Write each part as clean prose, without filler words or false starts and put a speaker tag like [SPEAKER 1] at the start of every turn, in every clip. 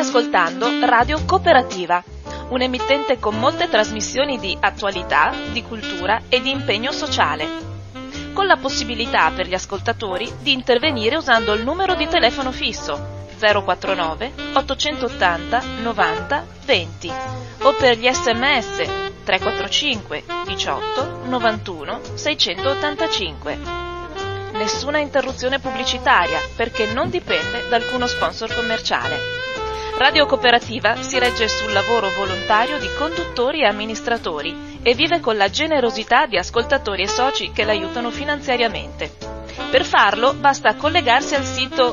[SPEAKER 1] ascoltando Radio Cooperativa, un emittente con molte trasmissioni di attualità, di cultura e di impegno sociale, con la possibilità per gli ascoltatori di intervenire usando il numero di telefono fisso 049 880 90 20 o per gli SMS 345 18 91 685. Nessuna interruzione pubblicitaria perché non dipende da alcuno sponsor commerciale. Radio Cooperativa si regge sul lavoro volontario di conduttori e amministratori e vive con la generosità di ascoltatori e soci che l'aiutano finanziariamente. Per farlo basta collegarsi al sito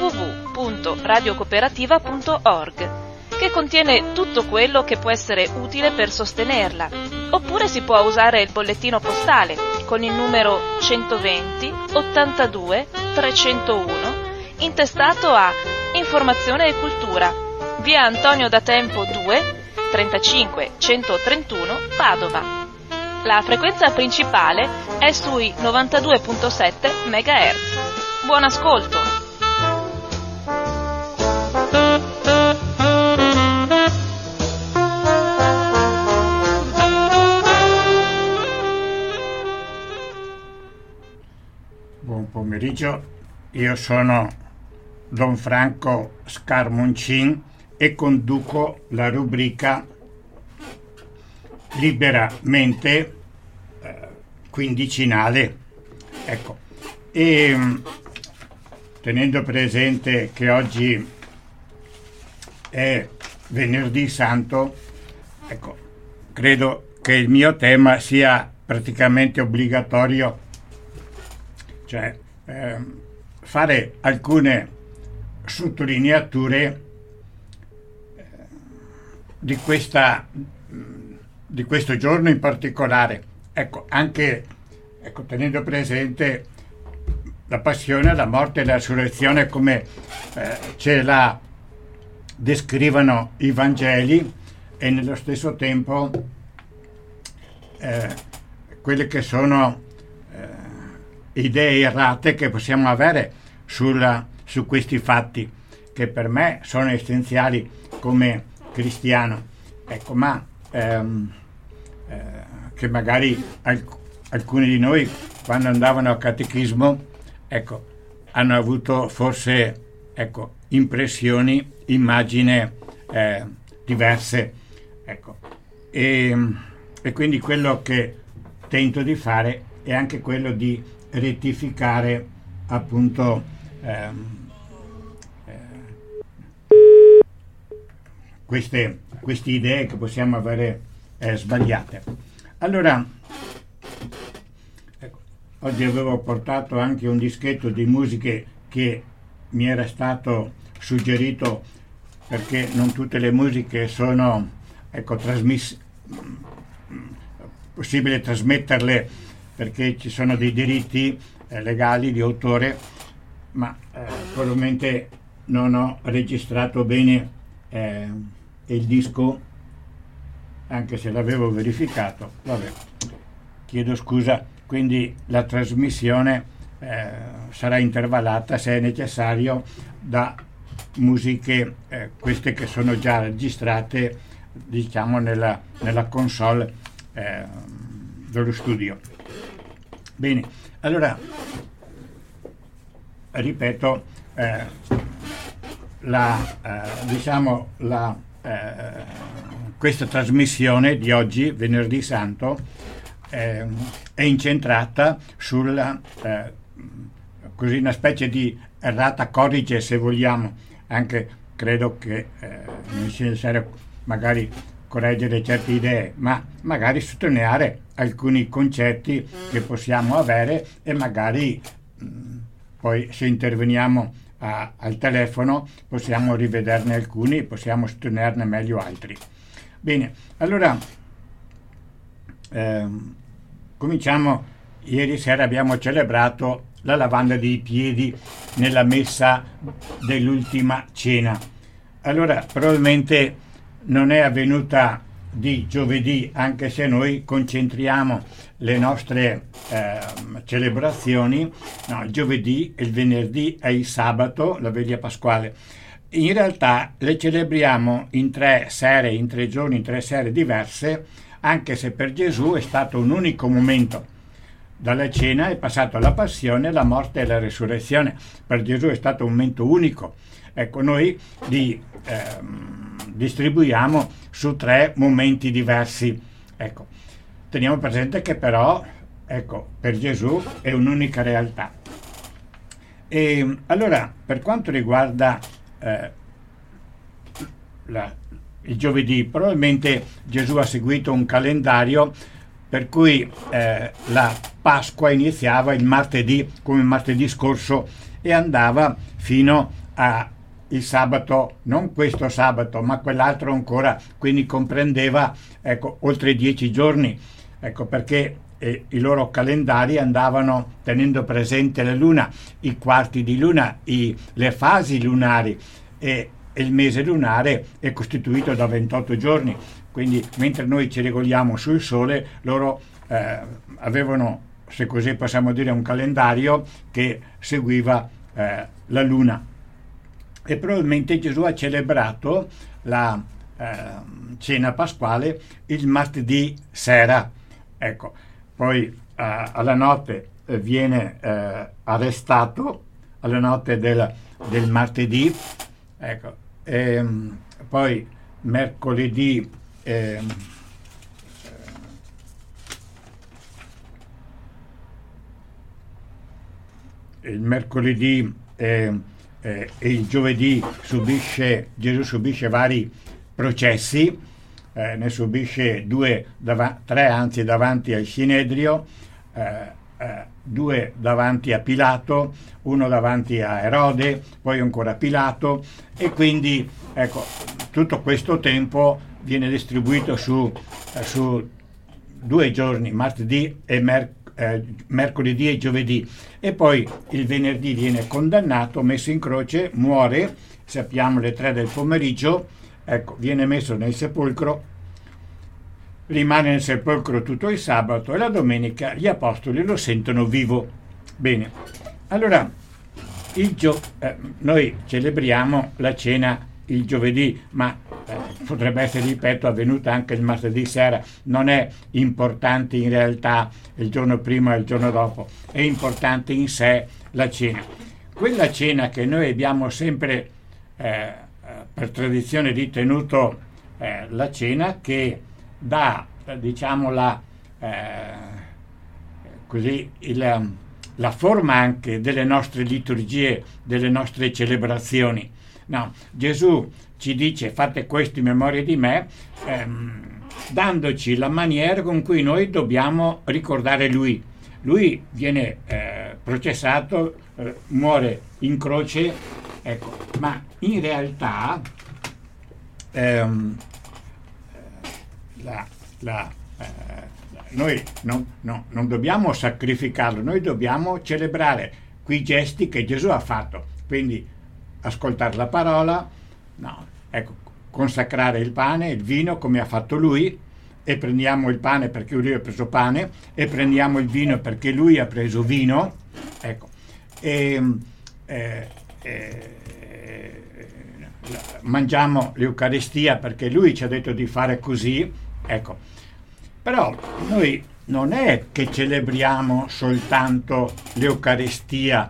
[SPEAKER 1] www.radiocooperativa.org, che contiene tutto quello che può essere utile per sostenerla, oppure si può usare il bollettino postale con il numero 120 82 301 intestato a Informazione e Cultura, via Antonio da Tempo 2 35 131 Padova. La frequenza principale è sui 92.7 MHz. Buon ascolto!
[SPEAKER 2] Buon pomeriggio, io sono Don Franco Scarmoncin e conduco la rubrica Liberamente quindicinale. Ecco, e tenendo presente che oggi è venerdì santo, ecco, credo che il mio tema sia praticamente obbligatorio, cioè fare alcune sottolineature di questo giorno in particolare, ecco, anche tenendo presente la passione, la morte e la resurrezione come ce la descrivono i Vangeli, e nello stesso tempo quelle che sono idee errate che possiamo avere su questi fatti, che per me sono essenziali come cristiano, ecco, ma che magari alcuni di noi quando andavano a catechismo, ecco, hanno avuto forse, ecco, impressioni, immagini diverse, ecco, e quindi quello che tento di fare è anche quello di rettificare appunto queste idee che possiamo avere sbagliate. Allora, ecco, oggi avevo portato anche un dischetto di musiche che mi era stato suggerito, perché non tutte le musiche sono, ecco, possibile trasmetterle, perché ci sono dei diritti legali di autore, ma probabilmente non ho registrato bene il disco, anche se l'avevo verificato. Vabbè, chiedo scusa, quindi la trasmissione sarà intervallata, se è necessario, da musiche queste che sono già registrate, diciamo, nella console dello studio. Bene, allora ripeto, questa trasmissione di oggi, venerdì santo, è incentrata sulla così una specie di errata corrige, se vogliamo, anche credo che non sia necessario magari correggere certe idee, ma magari sottolineare alcuni concetti che possiamo avere, e magari poi, se interveniamo al telefono, possiamo rivederne alcuni, possiamo sottolinearne meglio altri. Bene, allora cominciamo. Ieri sera abbiamo celebrato la lavanda dei piedi nella messa dell'ultima cena. Allora, probabilmente non è avvenuta di giovedì, anche se noi concentriamo le nostre celebrazioni, no, il giovedì, il venerdì e il sabato, la veglia pasquale, in realtà le celebriamo in 3 sere, in 3 giorni, in 3 sere diverse, anche se per Gesù è stato un unico momento. Dalla cena è passato alla passione, la morte e la resurrezione. Per Gesù è stato un momento unico. Ecco, noi li distribuiamo su 3 momenti diversi. Ecco, teniamo presente che però, ecco, per Gesù è un'unica realtà. E allora, per quanto riguarda il giovedì, probabilmente Gesù ha seguito un calendario per cui la Pasqua iniziava il martedì, come martedì scorso, e andava fino a il sabato, non questo sabato, ma quell'altro ancora, quindi comprendeva, ecco, oltre 10 giorni, ecco perché i loro calendari andavano tenendo presente la luna, i quarti di luna, le fasi lunari, e il mese lunare è costituito da 28 giorni, quindi mentre noi ci regoliamo sul sole, loro avevano, se così possiamo dire, un calendario che seguiva la luna. E probabilmente Gesù ha celebrato la cena pasquale il martedì sera, ecco, poi alla notte viene arrestato, alla notte del martedì, ecco, poi mercoledì il mercoledì e il giovedì Gesù subisce vari processi, ne subisce 3 anzi davanti al Sinedrio, 2 davanti a Pilato, 1 davanti a Erode, poi ancora Pilato, e quindi ecco, tutto questo tempo viene distribuito su 2 giorni, martedì e mercoledì e giovedì, e poi il venerdì viene condannato, messo in croce, muore, sappiamo alle 3 del pomeriggio, ecco, viene messo nel sepolcro, rimane nel sepolcro tutto il sabato, e la domenica gli apostoli lo sentono vivo. Bene, allora noi celebriamo la cena il giovedì, ma potrebbe essere, ripeto, avvenuta anche il martedì sera. Non è importante in realtà il giorno prima e il giorno dopo, è importante in sé la cena. Quella cena che noi abbiamo sempre per tradizione ritenuto la cena che dà, diciamo, così la forma anche delle nostre liturgie, delle nostre celebrazioni. No, Gesù ci dice: fate questo in memoria di me, dandoci la maniera con cui noi dobbiamo ricordare Lui. Lui viene processato, muore in croce, ecco, ma in realtà noi non dobbiamo sacrificarlo, noi dobbiamo celebrare quei gesti che Gesù ha fatto, quindi ascoltare la parola, ecco, consacrare il pane e il vino come ha fatto Lui, e prendiamo il pane perché Lui ha preso pane, e prendiamo il vino perché Lui ha preso vino, ecco, mangiamo l'Eucaristia perché Lui ci ha detto di fare così, ecco. Però noi non è che celebriamo soltanto l'Eucaristia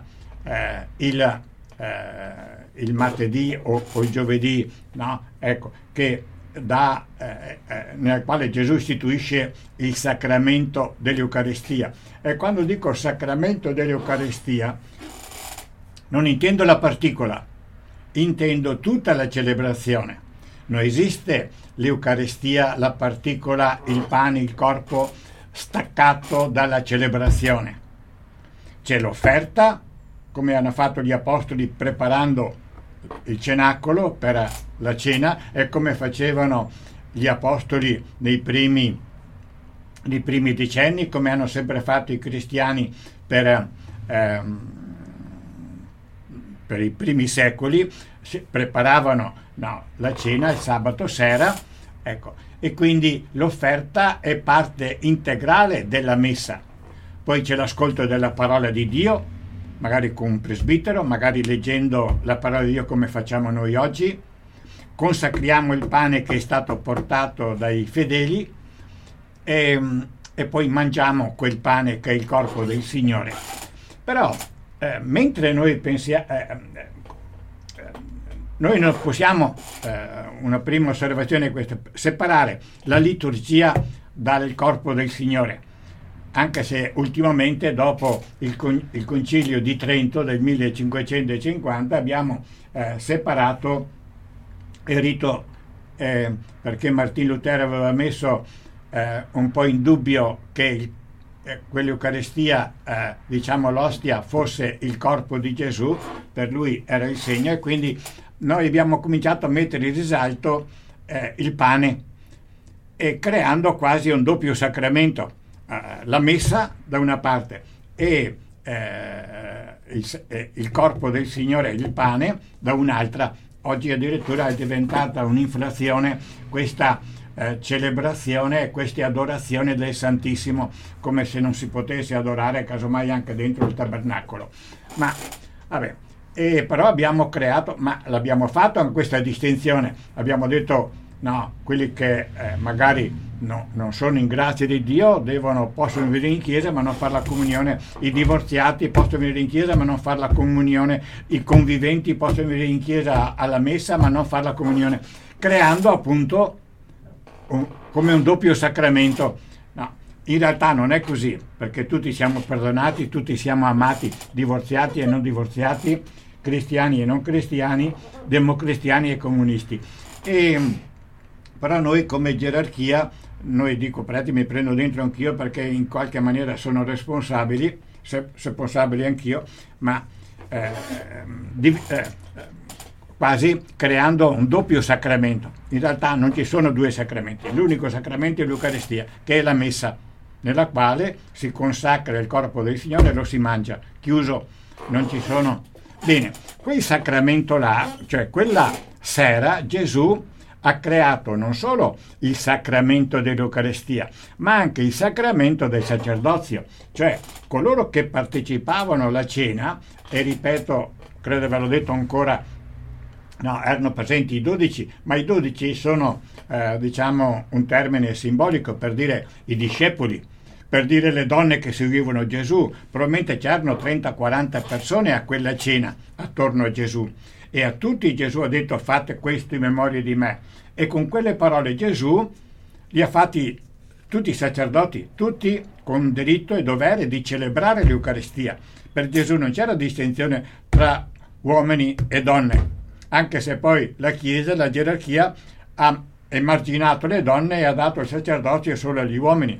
[SPEAKER 2] il martedì o il giovedì, no? Ecco, che nel quale Gesù istituisce il sacramento dell'Eucaristia. E quando dico sacramento dell'Eucaristia non intendo la particola, intendo tutta la celebrazione. Non esiste l'Eucaristia, la particola, il pane, il corpo staccato dalla celebrazione. C'è l'offerta, come hanno fatto gli apostoli preparando il cenacolo per la cena, e come facevano gli apostoli nei primi decenni, come hanno sempre fatto i cristiani per i primi secoli. Preparavano la cena il sabato sera, ecco, e quindi l'offerta è parte integrale della messa. Poi c'è l'ascolto della parola di Dio, magari con un presbitero, magari leggendo la parola di Dio come facciamo noi oggi, consacriamo il pane che è stato portato dai fedeli e poi mangiamo quel pane che è il corpo del Signore. Però mentre noi pensiamo, noi non possiamo, una prima osservazione è questa, separare la liturgia dal corpo del Signore, anche se ultimamente dopo il concilio di Trento del 1550 abbiamo separato il rito, perché Martin Lutero aveva messo un po' in dubbio che quell'Eucaristia, diciamo l'ostia, fosse il corpo di Gesù, per lui era il segno, e quindi noi abbiamo cominciato a mettere in risalto il pane, e creando quasi un doppio sacramento, la messa da una parte e il corpo del Signore, il pane, da un'altra. Oggi addirittura è diventata un'inflazione questa celebrazione, questa adorazione del Santissimo, come se non si potesse adorare casomai anche dentro il tabernacolo. Ma vabbè, però abbiamo creato, ma l'abbiamo fatto anche questa distinzione, abbiamo detto no, quelli che magari non sono in grazia di Dio possono venire in chiesa ma non fare la comunione, i divorziati possono venire in chiesa ma non fare la comunione, i conviventi possono venire in chiesa alla messa ma non fare la comunione, creando appunto come un doppio sacramento. No, in realtà non è così, perché tutti siamo perdonati, tutti siamo amati, divorziati e non divorziati, cristiani e non cristiani, democristiani e comunisti. Però noi come gerarchia, noi dico, mi prendo dentro anch'io perché in qualche maniera sono responsabili, responsabili anch'io, ma quasi creando un doppio sacramento. In realtà non ci sono due sacramenti, l'unico sacramento è l'Eucaristia, che è la messa, nella quale si consacra il corpo del Signore e lo si mangia, chiuso, non ci sono. Bene, quel sacramento là, cioè quella sera, Gesù ha creato non solo il sacramento dell'Eucaristia, ma anche il sacramento del sacerdozio, cioè coloro che partecipavano alla cena, e ripeto, credo ve l'ho detto ancora, no, erano presenti i 12, ma i 12 sono, diciamo, un termine simbolico per dire i discepoli, per dire le donne che seguivano Gesù. Probabilmente c'erano 30-40 persone a quella cena attorno a Gesù, e a tutti Gesù ha detto: fate questo in memoria di me. E con quelle parole Gesù li ha fatti tutti i sacerdoti, tutti con diritto e dovere di celebrare l'Eucaristia. Per Gesù non c'era distinzione tra uomini e donne, anche se poi la Chiesa, la gerarchia, ha emarginato le donne e ha dato il sacerdozio solo agli uomini,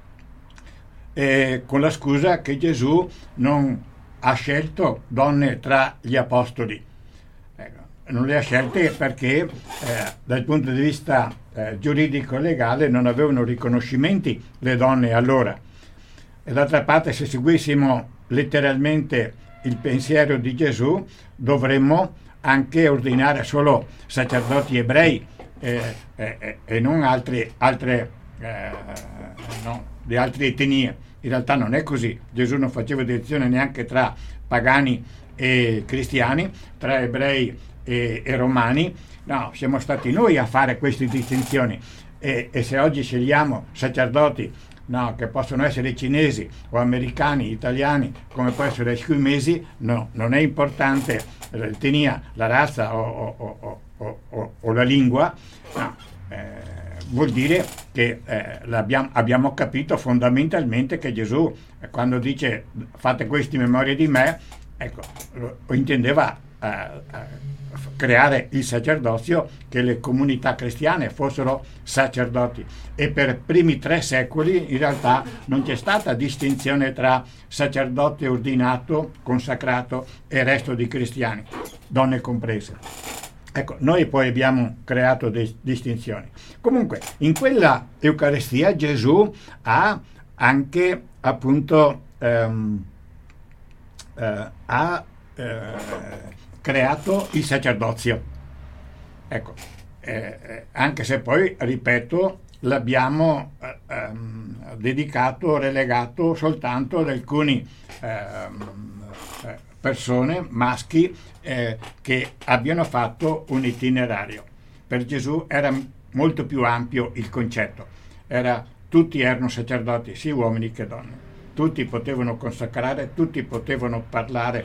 [SPEAKER 2] e con la scusa che Gesù non ha scelto donne tra gli apostoli. Non le ha scelte perché dal punto di vista giuridico e legale non avevano riconoscimenti le donne allora. E d'altra parte, se seguissimo letteralmente il pensiero di Gesù, dovremmo anche ordinare solo sacerdoti ebrei e non altre no, di altre etnie. In realtà non è così. Gesù non faceva distinzione neanche tra pagani e cristiani, tra ebrei e romani. No, siamo stati noi a fare queste distinzioni, e se oggi scegliamo sacerdoti, no, che possono essere cinesi o americani, italiani, come può essere esquimesi, no, non è importante l'etnia, la razza o la lingua, no, vuol dire che abbiamo capito fondamentalmente che Gesù, quando dice fate questo in memoria di me, ecco, lo intendeva creare il sacerdozio, che le comunità cristiane fossero sacerdoti. E per primi 3 secoli in realtà non c'è stata distinzione tra sacerdote ordinato, consacrato e resto di cristiani, donne comprese. Ecco, noi poi abbiamo creato distinzioni. Comunque, in quella Eucaristia Gesù ha anche appunto creato il sacerdozio. Ecco, anche se poi, ripeto, l'abbiamo dedicato, relegato soltanto ad alcuni persone, maschi, che abbiano fatto un itinerario. Per Gesù era molto più ampio il concetto, tutti erano sacerdoti, sia uomini che donne, tutti potevano consacrare, tutti potevano parlare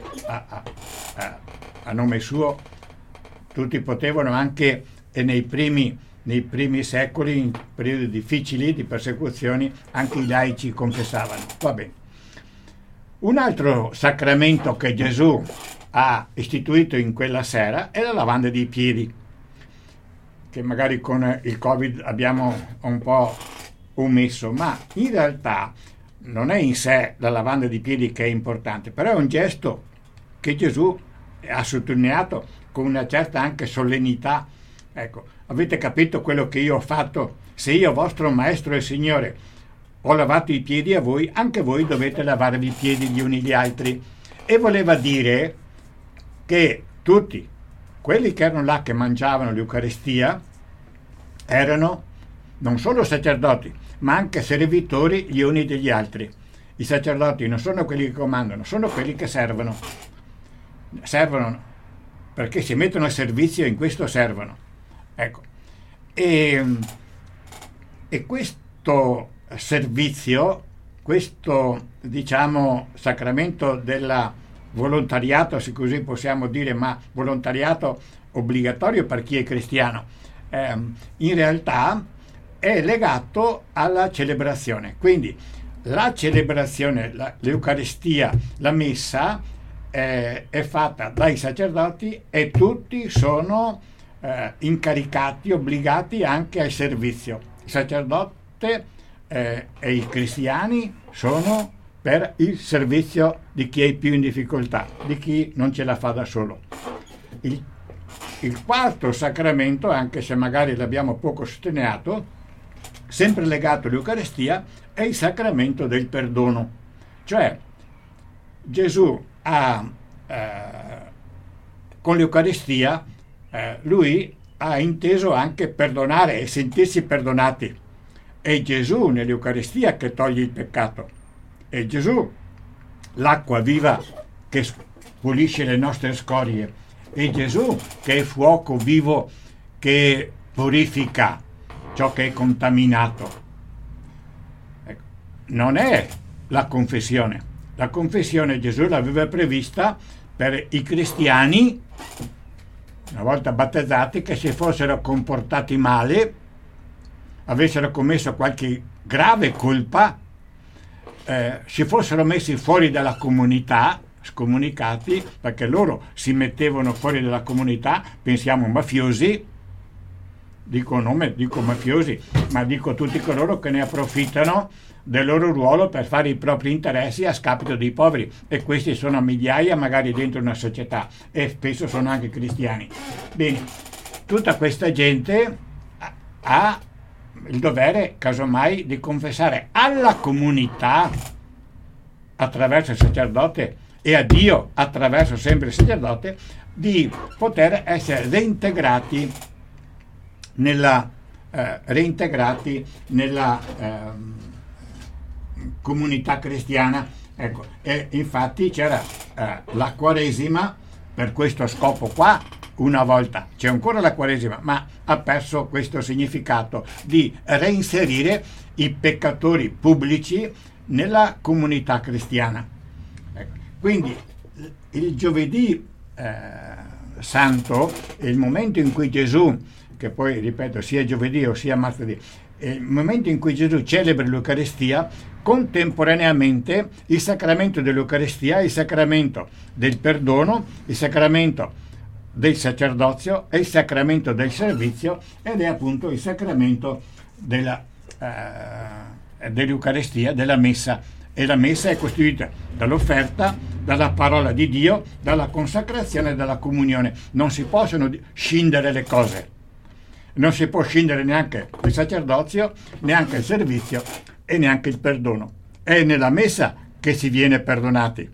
[SPEAKER 2] a nome suo, tutti potevano anche nei primi secoli, in periodi difficili di persecuzioni, anche i laici confessavano. Va bene. Un altro sacramento che Gesù ha istituito in quella sera è la lavanda dei piedi, che magari con il Covid abbiamo un po' omesso, ma in realtà non è in sé la lavanda dei piedi che è importante, però è un gesto che Gesù ha sottolineato con una certa anche solennità. Ecco, avete capito quello che io ho fatto? Se io, vostro Maestro e Signore, ho lavato i piedi a voi, anche voi dovete lavarvi i piedi gli uni gli altri. E voleva dire che tutti quelli che erano là, che mangiavano l'Eucaristia, erano non solo sacerdoti, ma anche servitori gli uni degli altri. I sacerdoti non sono quelli che comandano, sono quelli che servono. Servono perché si mettono a servizio, in questo servono. Ecco. E questo servizio, questo, diciamo, sacramento del volontariato, se così possiamo dire, ma volontariato obbligatorio per chi è cristiano, in realtà è legato alla celebrazione. Quindi la celebrazione, l'Eucaristia, la messa è fatta dai sacerdoti e tutti sono incaricati, obbligati anche al servizio. Il sacerdote e i cristiani sono per il servizio di chi è più in difficoltà, di chi non ce la fa da solo. Il quarto sacramento, anche se magari l'abbiamo poco sottolineato, sempre legato all'Eucaristia, è il sacramento del perdono. Cioè Gesù con l'Eucaristia lui ha inteso anche perdonare e sentirsi perdonati. È Gesù nell'Eucaristia che toglie il peccato. È Gesù l'acqua viva che pulisce le nostre scorie. È Gesù che è fuoco vivo che purifica ciò che è contaminato. Ecco. Non è la confessione. La confessione Gesù l'aveva prevista per i cristiani, una volta battezzati, che si fossero comportati male, avessero commesso qualche grave colpa, si fossero messi fuori dalla comunità, scomunicati, perché loro si mettevano fuori dalla comunità, pensiamo mafiosi, dico mafiosi, ma dico tutti coloro che ne approfittano del loro ruolo per fare i propri interessi a scapito dei poveri, e questi sono migliaia magari dentro una società, e spesso sono anche cristiani. Bene, tutta questa gente ha il dovere, casomai, di confessare alla comunità attraverso il sacerdote e a Dio attraverso sempre il sacerdote, di poter essere reintegrati nella comunità cristiana. Ecco, e infatti c'era la Quaresima per questo scopo qua. Una volta c'è ancora la Quaresima, ma ha perso questo significato di reinserire i peccatori pubblici nella comunità cristiana. Ecco. Quindi il giovedì santo è il momento in cui Gesù, che poi ripeto sia giovedì o sia martedì, è il momento in cui Gesù celebra l'Eucaristia, contemporaneamente il sacramento dell'Eucaristia, il sacramento del perdono, il sacramento del sacerdozio e il sacramento del servizio, ed è appunto il sacramento dell'Eucaristia, della messa. E la messa è costituita dall'offerta, dalla parola di Dio, dalla consacrazione e dalla comunione. Non si possono scindere le cose. Non si può scindere neanche il sacerdozio, neanche il servizio e neanche il perdono. È nella messa che si viene perdonati.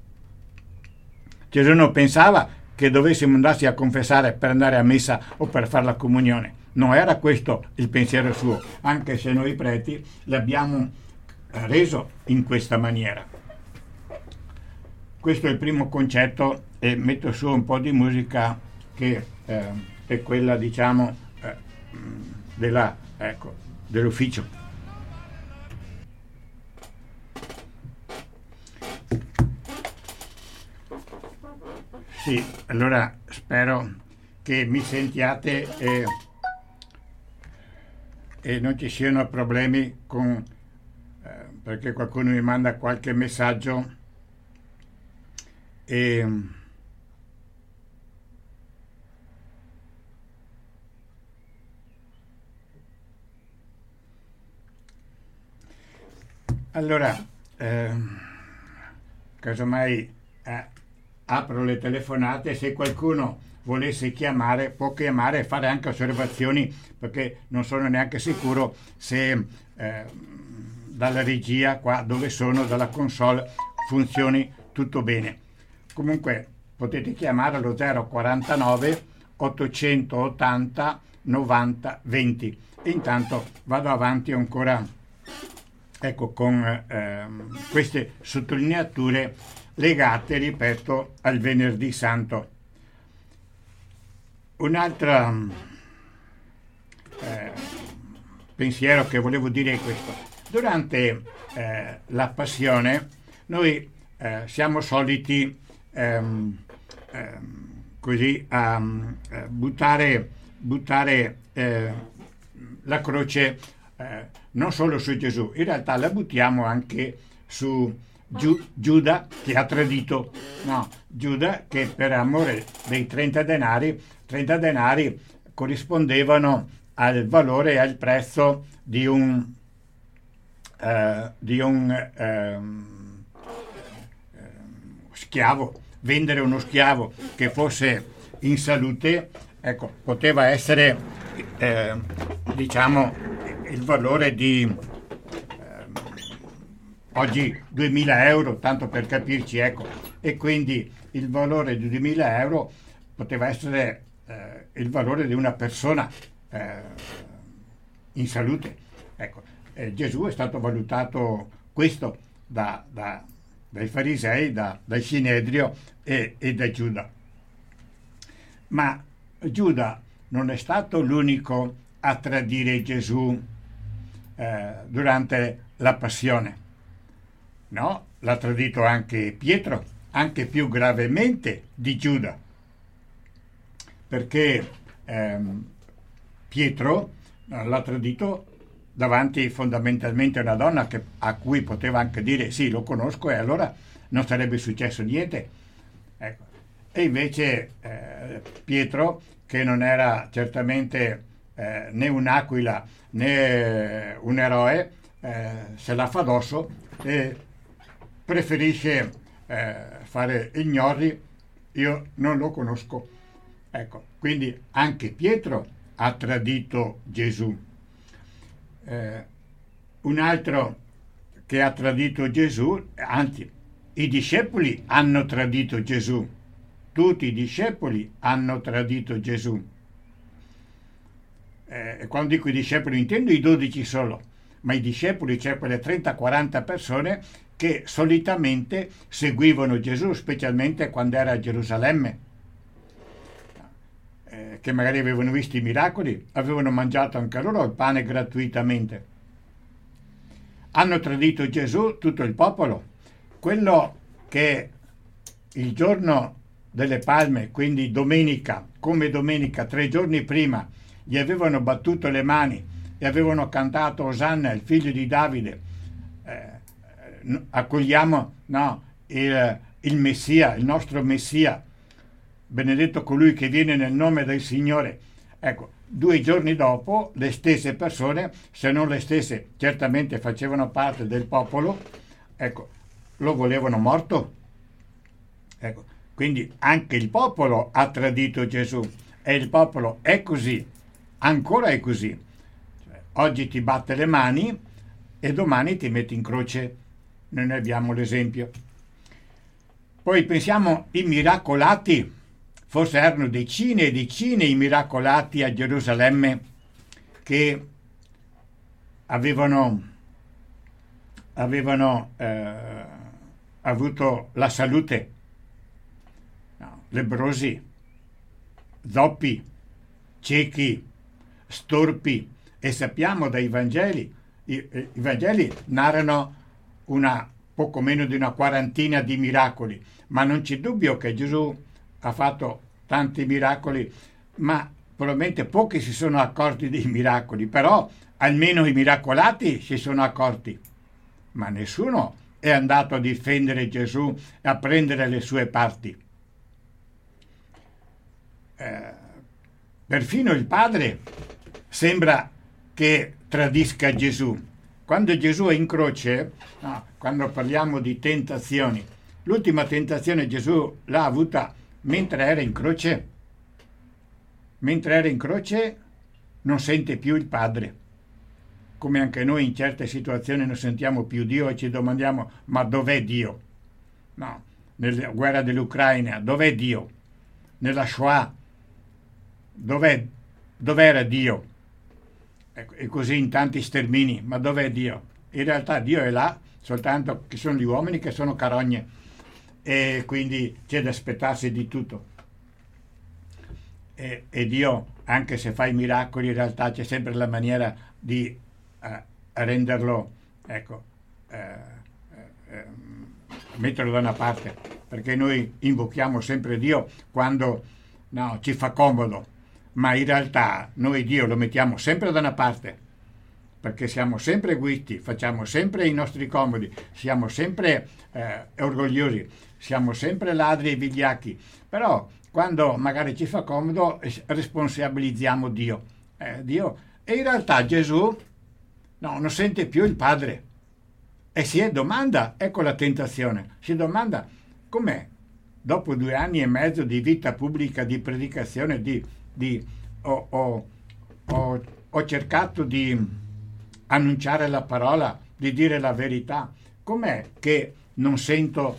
[SPEAKER 2] Gesù non pensava che dovessimo andarsi a confessare per andare a messa o per fare la comunione. non era questo il pensiero suo, anche se noi preti l'abbiamo reso in questa maniera. Questo è il primo concetto, e metto su un po' di musica che è quella, diciamo, dell'ufficio. Sì, allora spero che mi sentiate e non ci siano problemi con perché qualcuno mi manda qualche messaggio e allora casomai apro le telefonate. Se qualcuno volesse chiamare, può chiamare e fare anche osservazioni, perché non sono neanche sicuro se dalla regia, qua dove sono, dalla console, funzioni tutto bene. Comunque potete chiamare allo 049 880 90 20 e intanto vado avanti ancora, ecco, con queste sottolineature legate, ripeto, al Venerdì Santo. Un altro pensiero che volevo dire è questo. Durante la Passione noi siamo soliti così a buttare la croce non solo su Gesù, in realtà la buttiamo anche su Giuda, che ha tradito, no, Giuda, che per amore dei 30 denari corrispondevano al valore e al prezzo di un schiavo. Vendere uno schiavo che fosse in salute, ecco, poteva essere diciamo il valore di oggi 2000 euro, tanto per capirci, ecco, e quindi il valore di 2000 euro poteva essere il valore di una persona in salute, ecco. Gesù è stato valutato questo dai farisei, dal Sinedrio e da Giuda. Ma Giuda non è stato l'unico a tradire Gesù durante la Passione. No, l'ha tradito anche Pietro, anche più gravemente di Giuda, perché Pietro l'ha tradito davanti fondamentalmente a una donna a cui poteva anche dire sì, lo conosco, e allora non sarebbe successo niente. Ecco. E invece Pietro, che non era certamente né un'aquila né un eroe, se la fa addosso e preferisce fare il gnorri, io non lo conosco. Ecco, quindi anche Pietro ha tradito Gesù. Un altro che ha tradito Gesù, anzi, i discepoli hanno tradito Gesù. Tutti i discepoli hanno tradito Gesù. Quando dico i discepoli intendo i 12 solo, ma i discepoli, cioè quelle 30-40 persone che solitamente seguivano Gesù, specialmente quando era a Gerusalemme, che magari avevano visto i miracoli, avevano mangiato anche loro il pane gratuitamente. Hanno tradito Gesù tutto il popolo. Quello che il giorno delle Palme, quindi domenica, come domenica, 3 giorni prima, gli avevano battuto le mani e avevano cantato Osanna, il figlio di Davide, accogliamo il Messia, il nostro Messia, benedetto colui che viene nel nome del Signore. Ecco, 2 giorni dopo le stesse persone, se non le stesse, certamente facevano parte del popolo, ecco, lo volevano morto. Ecco, quindi anche il popolo ha tradito Gesù, e il popolo è così, ancora è così. Cioè, oggi ti batte le mani e domani ti metti in croce. Noi ne abbiamo l'esempio. Poi pensiamo ai miracolati. Forse erano decine e decine i miracolati a Gerusalemme che avevano avuto la salute, no, lebbrosi, zoppi, ciechi, storpi, e sappiamo dai Vangeli, i Vangeli narrano poco meno di una quarantina di miracoli, ma non c'è dubbio che Gesù ha fatto tanti miracoli, ma probabilmente pochi si sono accorti dei miracoli, però almeno i miracolati si sono accorti, ma nessuno è andato a difendere Gesù e a prendere le sue parti. Perfino il Padre sembra che tradisca Gesù. Quando Gesù è in croce, no, quando parliamo di tentazioni, l'ultima tentazione Gesù l'ha avuta mentre era in croce. Mentre era in croce non sente più il Padre. Come anche noi in certe situazioni non sentiamo più Dio e ci domandiamo: ma dov'è Dio? No, nella guerra dell'Ucraina, dov'è Dio? Nella Shoah, dov'era Dio? E così in tanti stermini, ma dov'è Dio? In realtà Dio è là, soltanto che sono gli uomini che sono carogne, e quindi c'è da aspettarsi di tutto. E Dio, anche se fa i miracoli, in realtà c'è sempre la maniera di renderlo, metterlo da una parte, perché noi invochiamo sempre Dio quando ci fa comodo, ma in realtà noi Dio lo mettiamo sempre da una parte, perché siamo sempre egoisti, facciamo sempre i nostri comodi, siamo sempre orgogliosi, siamo sempre ladri e vigliacchi, però quando magari ci fa comodo responsabilizziamo Dio. Dio. E in realtà Gesù non sente più il Padre e si domanda, ecco la tentazione, si domanda com'è, dopo 2 anni e mezzo di vita pubblica, di predicazione, ho cercato di annunciare la parola, di dire la verità, com'è che non sento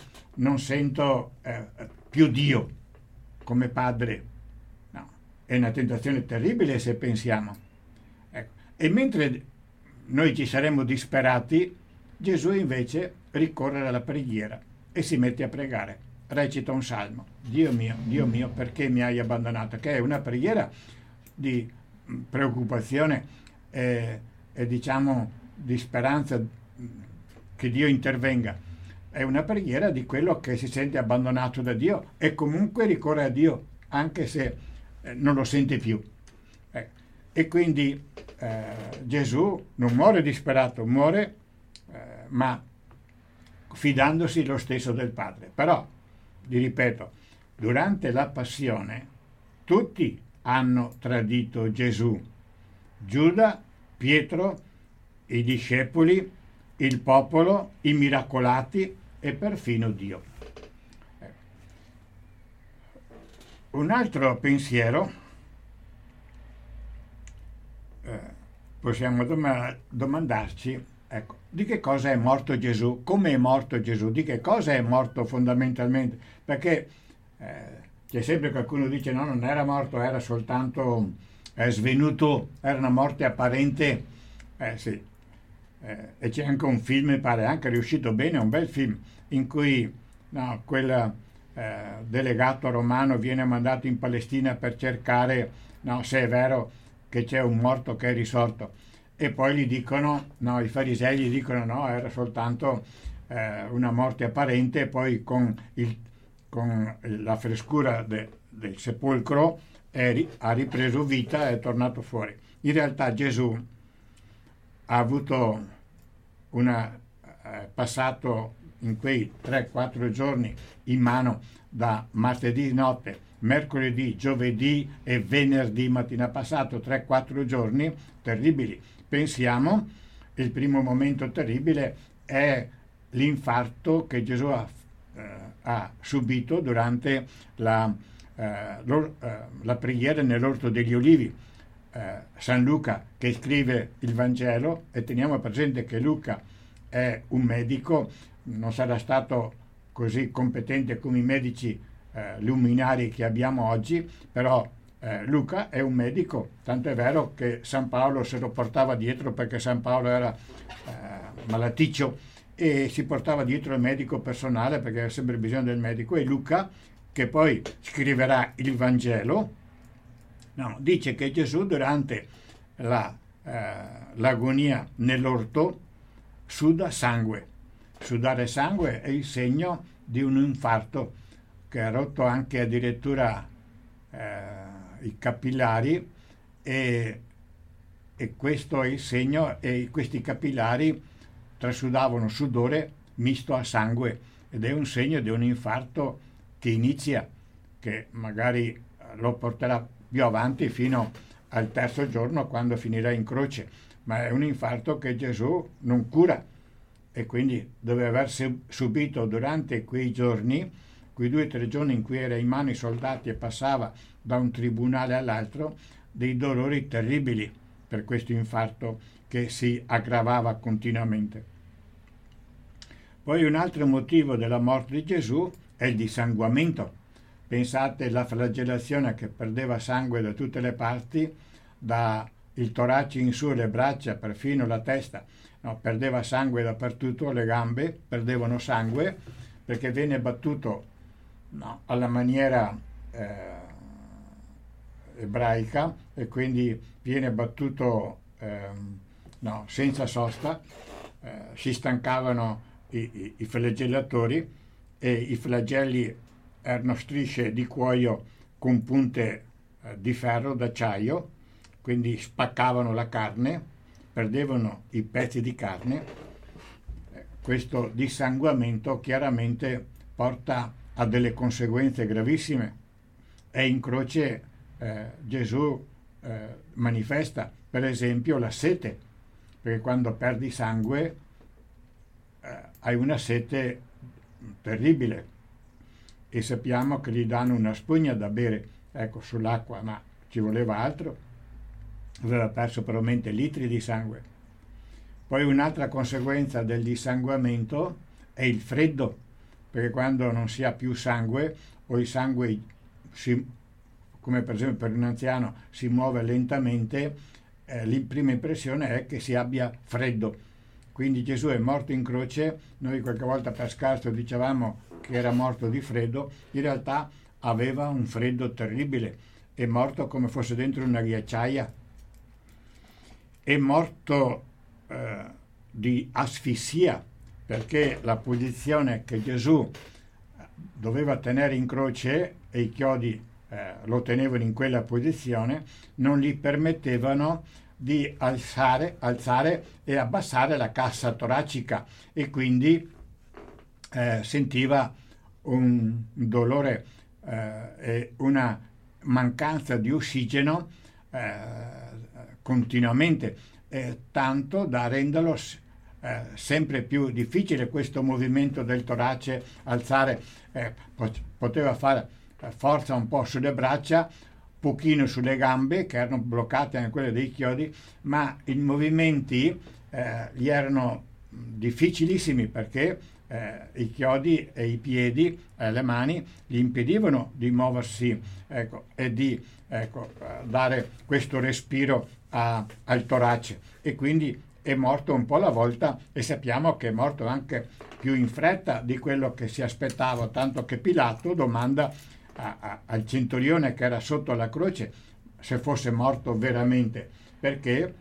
[SPEAKER 2] più Dio come Padre? No, è una tentazione terribile se pensiamo. Ecco. E mentre noi ci saremmo disperati, Gesù invece ricorre alla preghiera e si mette a pregare, recita un salmo: Dio mio, perché mi hai abbandonato? Che è una preghiera di preoccupazione e diciamo di speranza che Dio intervenga. È una preghiera di quello che si sente abbandonato da Dio e comunque ricorre a Dio anche se non lo sente più. E quindi Gesù non muore disperato, muore ma fidandosi lo stesso del Padre. Però, vi ripeto, durante la passione tutti hanno tradito Gesù: Giuda, Pietro, i discepoli, il popolo, i miracolati e perfino Dio. Un altro pensiero, possiamo domandarci, ecco, di che cosa è morto Gesù, come è morto Gesù, di che cosa è morto fondamentalmente, perché c'è sempre qualcuno che dice no, non era morto, era soltanto svenuto, era una morte apparente. Sì. E c'è anche un film, mi pare anche riuscito bene, un bel film, in cui quel delegato romano viene mandato in Palestina per cercare se è vero che c'è un morto che è risorto, e poi gli dicono, i farisei gli dicono no, era soltanto una morte apparente, e poi con la frescura del sepolcro ha ripreso vita e è tornato fuori. In realtà Gesù ha avuto passato in quei 3-4 giorni in mano da martedì notte, mercoledì, giovedì e venerdì mattina, ha passato 3-4 giorni terribili. Pensiamo, il primo momento terribile è l'infarto che Gesù ha subito durante la preghiera nell'Orto degli Ulivi. San Luca, che scrive il Vangelo, e teniamo presente che Luca è un medico, non sarà stato così competente come i medici luminari che abbiamo oggi, però Luca è un medico, tanto è vero che San Paolo se lo portava dietro perché San Paolo era malaticcio e si portava dietro il medico personale perché aveva sempre bisogno del medico, e Luca, che poi scriverà il Vangelo, dice che Gesù durante l'agonia nell'orto suda sangue. Sudare sangue è il segno di un infarto che ha rotto anche addirittura i capillari, e questo è il segno, e questi capillari trasudavano sudore misto a sangue, ed è un segno di un infarto che inizia, che magari lo porterà più avanti fino al terzo giorno quando finirà in croce, ma è un infarto che Gesù non cura, e quindi deve aver subito durante quei giorni, quei 2 o 3 giorni in cui era in mano ai soldati e passava da un tribunale all'altro, dei dolori terribili per questo infarto che si aggravava continuamente. Poi un altro motivo della morte di Gesù è il dissanguamento. Pensate alla flagellazione, che perdeva sangue da tutte le parti, da il torace in su, le braccia, perfino la testa, perdeva sangue dappertutto, le gambe perdevano sangue perché viene battuto alla maniera ebraica, e quindi viene battuto senza sosta. Si stancavano i flagellatori, e i flagelli erano strisce di cuoio con punte di ferro, d'acciaio, quindi spaccavano la carne, perdevano i pezzi di carne. Questo dissanguamento chiaramente porta a delle conseguenze gravissime, e in croce Gesù manifesta per esempio la sete, perché quando perdi sangue hai una sete terribile, e sappiamo che gli danno una spugna da bere, sull'acqua, ma ci voleva altro, aveva perso probabilmente litri di sangue. Poi un'altra conseguenza del dissanguamento è il freddo, perché quando non si ha più sangue, o il sangue come per esempio per un anziano si muove lentamente, la prima impressione è che si abbia freddo. Quindi Gesù è morto in croce, noi qualche volta per scherzo dicevamo che era morto di freddo, in realtà aveva un freddo terribile, è morto come fosse dentro una ghiacciaia, è morto di asfissia, perché la posizione che Gesù doveva tenere in croce, e i chiodi lo tenevano in quella posizione, non gli permettevano di alzare e abbassare la cassa toracica, e quindi sentiva un dolore e una mancanza di ossigeno continuamente, tanto da renderlo sempre più difficile questo movimento del torace, alzare, poteva fare forza un po' sulle braccia, pochino sulle gambe, che erano bloccate anche quelle dei chiodi, ma i movimenti gli erano difficilissimi, perché i chiodi e i piedi e le mani gli impedivano di muoversi, e di dare questo respiro al torace, e quindi è morto un po' alla volta, e sappiamo che è morto anche più in fretta di quello che si aspettava, tanto che Pilato domanda al centurione che era sotto la croce se fosse morto veramente, perché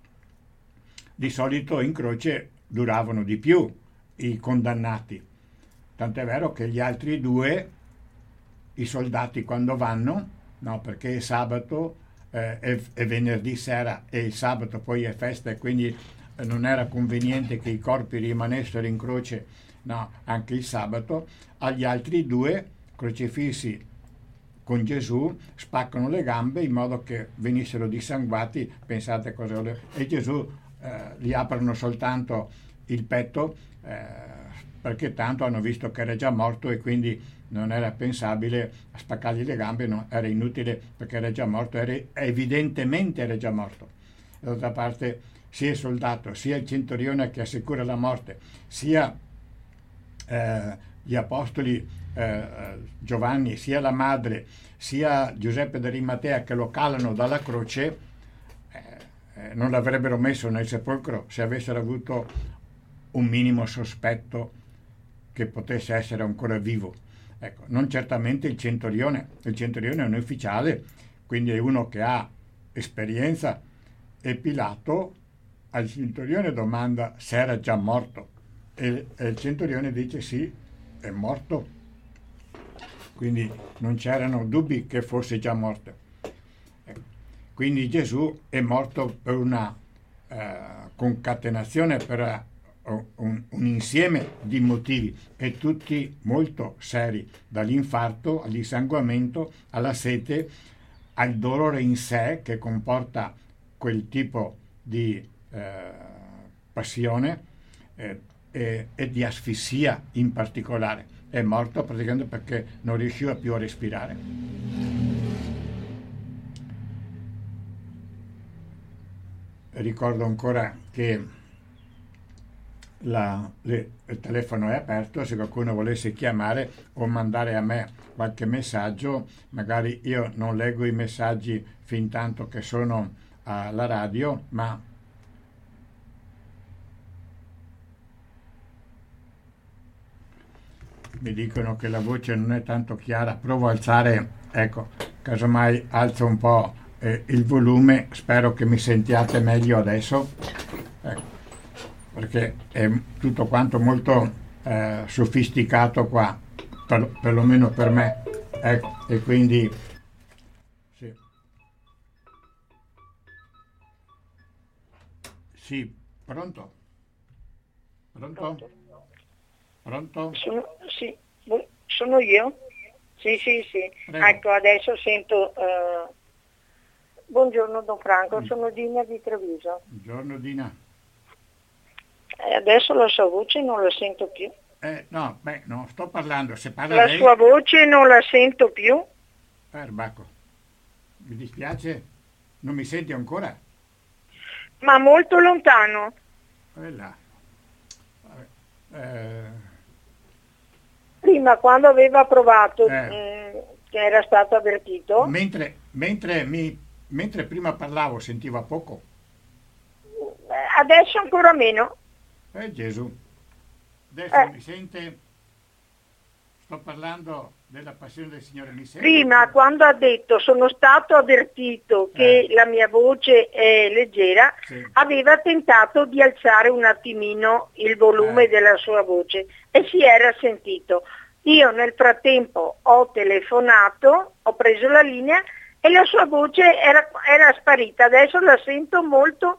[SPEAKER 2] di solito in croce duravano di più i condannati, tant'è vero che gli altri 2, i soldati, quando vanno, perché è sabato, è venerdì sera, e il sabato poi è festa, e quindi non era conveniente che i corpi rimanessero in croce anche il sabato, agli altri 2 crocifissi con Gesù spaccano le gambe in modo che venissero dissanguati. Pensate cosa voleva, e Gesù gli aprono soltanto il petto, perché tanto hanno visto che era già morto, e quindi non era pensabile spaccargli le gambe, era inutile, perché era già morto, evidentemente era già morto. D'altra parte sia il soldato, sia il centurione che assicura la morte, sia gli apostoli Giovanni, sia la madre, sia Giuseppe d'Arimatea che lo calano dalla croce, non l'avrebbero messo nel sepolcro se avessero avuto un minimo sospetto che potesse essere ancora vivo. Ecco, non certamente il centurione. Il centurione è un ufficiale, quindi è uno che ha esperienza, e Pilato al centurione domanda se era già morto e il centurione dice sì, è morto, quindi non c'erano dubbi che fosse già morto. Ecco. Quindi Gesù è morto per una concatenazione, per un insieme di motivi, e tutti molto seri, dall'infarto all'insanguamento, alla sete, al dolore in sé che comporta quel tipo di passione e di asfissia in particolare. È morto praticamente perché non riusciva più a respirare. Ricordo ancora che il telefono è aperto, se qualcuno volesse chiamare o mandare a me qualche messaggio. Magari io non leggo i messaggi fin tanto che sono alla radio, ma mi dicono che la voce non è tanto chiara. Provo a alzare, ecco, casomai alzo un po' il volume, spero che mi sentiate meglio adesso, ecco, perché è tutto quanto molto sofisticato qua, perlomeno per me, ecco, e quindi sì. Sì, pronto? Pronto? Pronto?
[SPEAKER 3] Sì, sono io? Sì.
[SPEAKER 2] Prego.
[SPEAKER 3] Ecco, adesso sento... Buongiorno Don Franco, sono Dina di Treviso.
[SPEAKER 2] Buongiorno Dina.
[SPEAKER 3] Adesso la sua voce non la sento più.
[SPEAKER 2] No, sto parlando, se parla
[SPEAKER 3] La
[SPEAKER 2] lei...
[SPEAKER 3] sua voce non la sento più.
[SPEAKER 2] Erbacco, mi dispiace, non mi senti ancora?
[SPEAKER 3] Ma molto lontano.
[SPEAKER 2] Là.
[SPEAKER 3] Prima, quando aveva provato, che era stato avvertito...
[SPEAKER 2] Mentre prima parlavo sentiva poco.
[SPEAKER 3] Adesso ancora meno.
[SPEAKER 2] Gesù. Adesso mi sente? Sto parlando della passione del Signore, mi sente?
[SPEAKER 3] Prima, quando ha detto sono stato avvertito che la mia voce è leggera,
[SPEAKER 2] sì,
[SPEAKER 3] aveva tentato di alzare un attimino il volume della sua voce e si era sentito. Io nel frattempo ho telefonato, ho preso la linea e la sua voce era sparita. Adesso la sento molto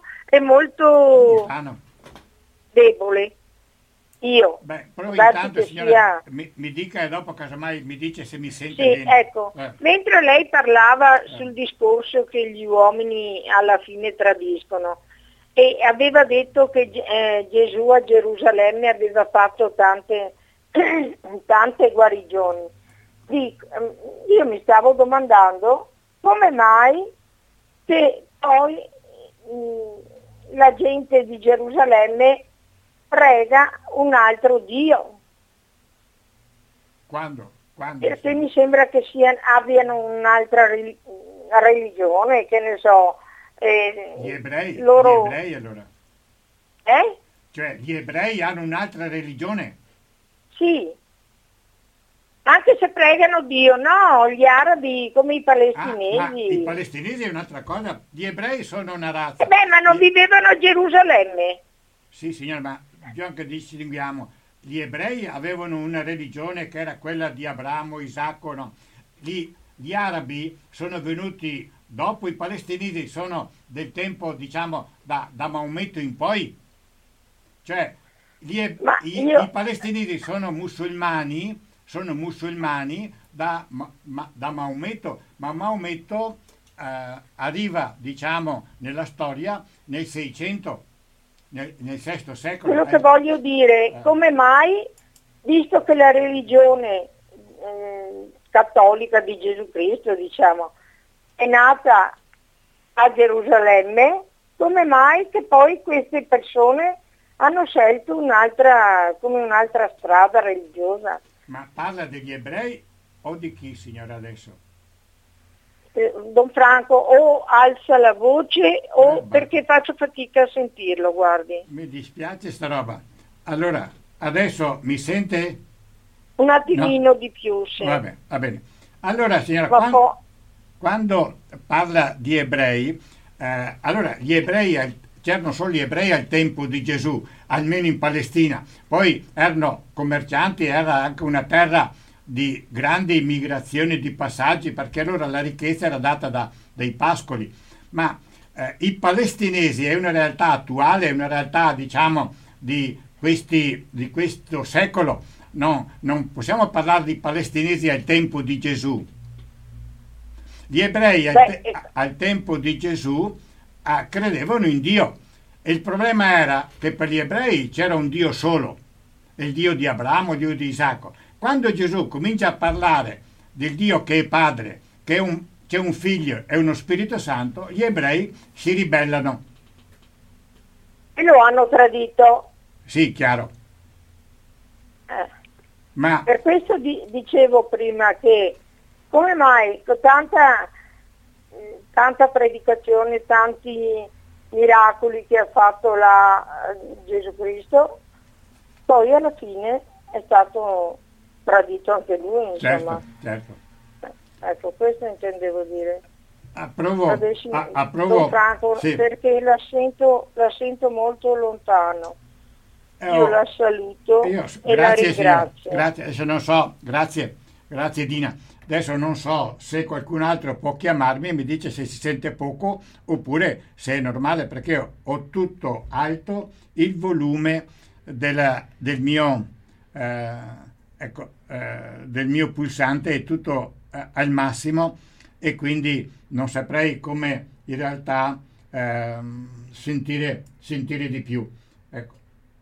[SPEAKER 3] debole. Io.
[SPEAKER 2] Però intanto signora mi dica, e dopo casomai mi dice se mi sente bene.
[SPEAKER 3] Sì, ecco, mentre lei parlava sul discorso che gli uomini alla fine tradiscono e aveva detto che Gesù a Gerusalemme aveva fatto tante guarigioni. Io mi stavo domandando come mai che poi la gente di Gerusalemme prega un altro Dio.
[SPEAKER 2] Quando?
[SPEAKER 3] Perché mi sembra che abbiano un'altra religione, che ne so.
[SPEAKER 2] Gli ebrei allora? Cioè gli ebrei hanno un'altra religione?
[SPEAKER 3] Sì. Anche se pregano Dio, no, gli arabi come i palestinesi.
[SPEAKER 2] Ma i palestinesi è un'altra cosa, gli ebrei sono una razza.
[SPEAKER 3] Ma non vivevano a Gerusalemme.
[SPEAKER 2] Sì signora, ma bisogna che distinguiamo. Gli ebrei avevano una religione che era quella di Abramo, Isacco, no? Gli arabi sono venuti dopo, i palestinesi sono del tempo, diciamo, da Maometto in poi. Cioè, i palestinesi sono musulmani da Maometto, ma Maometto arriva, diciamo, nella storia nel 600, nel VI secolo.
[SPEAKER 3] Quello che voglio dire, come mai, visto che la religione cattolica di Gesù Cristo, diciamo, è nata a Gerusalemme, come mai che poi queste persone hanno scelto come un'altra strada religiosa.
[SPEAKER 2] Ma parla degli ebrei o di chi, signora, adesso?
[SPEAKER 3] Don Franco, o alza la voce o perché faccio fatica a sentirlo, guardi.
[SPEAKER 2] Mi dispiace sta roba. Allora, adesso mi sente?
[SPEAKER 3] Un attimino
[SPEAKER 2] No?
[SPEAKER 3] di più, sì.
[SPEAKER 2] Va bene. Allora, signora, quando parla di ebrei, allora gli ebrei, c'erano solo gli ebrei al tempo di Gesù, almeno in Palestina, poi erano commercianti, era anche una terra di grandi immigrazioni, di passaggi, perché allora la ricchezza era data dai pascoli, ma i palestinesi è una realtà attuale, è una realtà, diciamo, di questo secolo. No, non possiamo parlare di palestinesi al tempo di Gesù. Gli ebrei al tempo di Gesù credevano in Dio, e il problema era che per gli ebrei c'era un Dio solo, il Dio di Abramo, il Dio di Isacco. Quando Gesù comincia a parlare del Dio che è Padre, che c'è un Figlio e uno Spirito Santo, gli ebrei si ribellano.
[SPEAKER 3] E lo hanno tradito.
[SPEAKER 2] Sì, chiaro. Ma
[SPEAKER 3] per questo dicevo prima che come mai con tanta predicazione, tanti miracoli che ha fatto Gesù Cristo, poi alla fine è stato tradito anche lui, insomma.
[SPEAKER 2] Certo.
[SPEAKER 3] Ecco, questo intendevo dire.
[SPEAKER 2] Approvo.
[SPEAKER 3] Don Franco, sì. Perché la sento molto lontano. Io la saluto e la ringrazio.
[SPEAKER 2] Grazie, adesso non so, grazie Dina. Adesso non so se qualcun altro può chiamarmi e mi dice se si sente poco oppure se è normale, perché ho tutto alto il volume del mio pulsante, è tutto al massimo, e quindi non saprei come in realtà sentire di più. Ecco.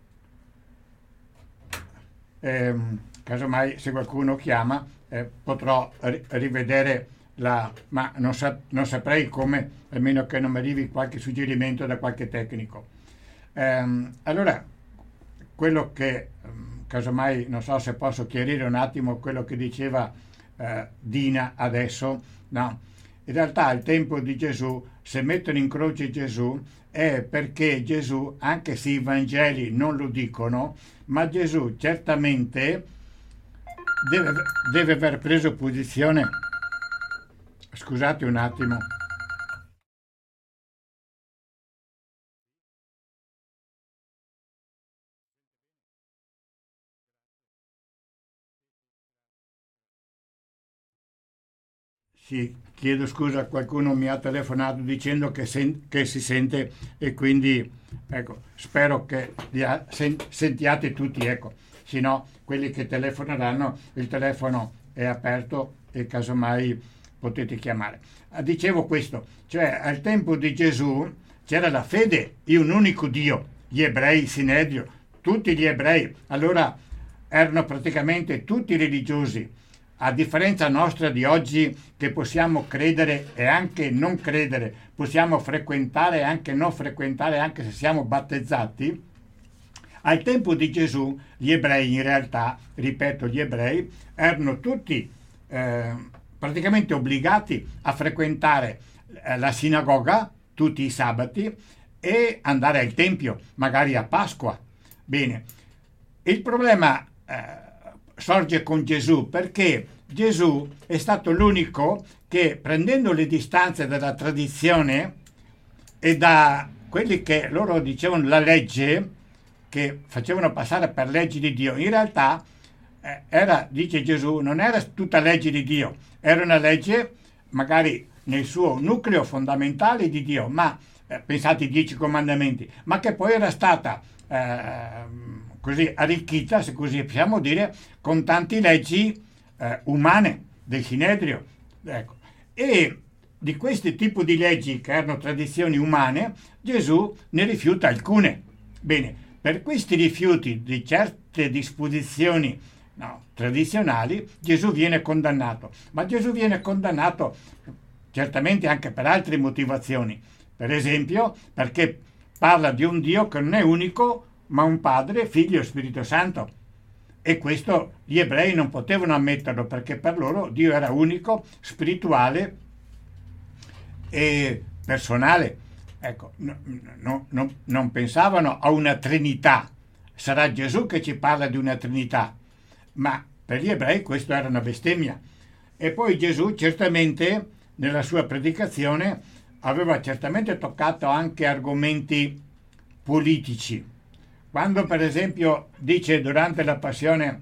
[SPEAKER 2] Casomai se qualcuno chiama potrò rivedere ma non saprei come, almeno che non mi arrivi qualche suggerimento da qualche tecnico. Allora, quello che casomai non so se posso chiarire un attimo quello che diceva Dina adesso, no? In realtà al tempo di Gesù, se mettono in croce Gesù, è perché Gesù, anche se i Vangeli non lo dicono, ma Gesù certamente deve aver preso posizione. Scusate un attimo. Sì, chiedo scusa, qualcuno mi ha telefonato dicendo che si sente, e quindi ecco, spero che sentiate tutti, ecco, se no quelli che telefoneranno, il telefono è aperto e casomai potete chiamare. Dicevo questo, cioè al tempo di Gesù c'era la fede in un unico Dio, gli ebrei, Sinedrio, tutti gli ebrei, allora erano praticamente tutti religiosi. A differenza nostra di oggi, che possiamo credere e anche non credere, possiamo frequentare e anche non frequentare, anche se siamo battezzati, al tempo di Gesù gli ebrei, in realtà, ripeto, gli ebrei erano tutti praticamente obbligati a frequentare la sinagoga tutti i sabati e andare al tempio, magari a Pasqua. Bene, il problema sorge con Gesù, perché Gesù è stato l'unico che, prendendo le distanze dalla tradizione e da quelli che loro dicevano la legge, che facevano passare per leggi di Dio, in realtà dice Gesù, non era tutta legge di Dio, era una legge magari nel suo nucleo fondamentale di Dio, ma pensate ai 10 comandamenti, ma che poi era stata così arricchita, se così possiamo dire, con tante leggi umane del Sinedrio. Ecco. E di questi tipi di leggi, che erano tradizioni umane, Gesù ne rifiuta alcune. Bene, per questi rifiuti di certe disposizioni tradizionali, Gesù viene condannato. Ma Gesù viene condannato certamente anche per altre motivazioni. Per esempio, perché parla di un Dio che non è unico, ma un Padre, Figlio e Spirito Santo. E questo gli ebrei non potevano ammetterlo, perché per loro Dio era unico, spirituale e personale. Ecco, non pensavano a una Trinità. Sarà Gesù che ci parla di una Trinità, ma per gli ebrei questo era una bestemmia. E poi Gesù certamente nella sua predicazione aveva certamente toccato anche argomenti politici. Quando per esempio dice durante la passione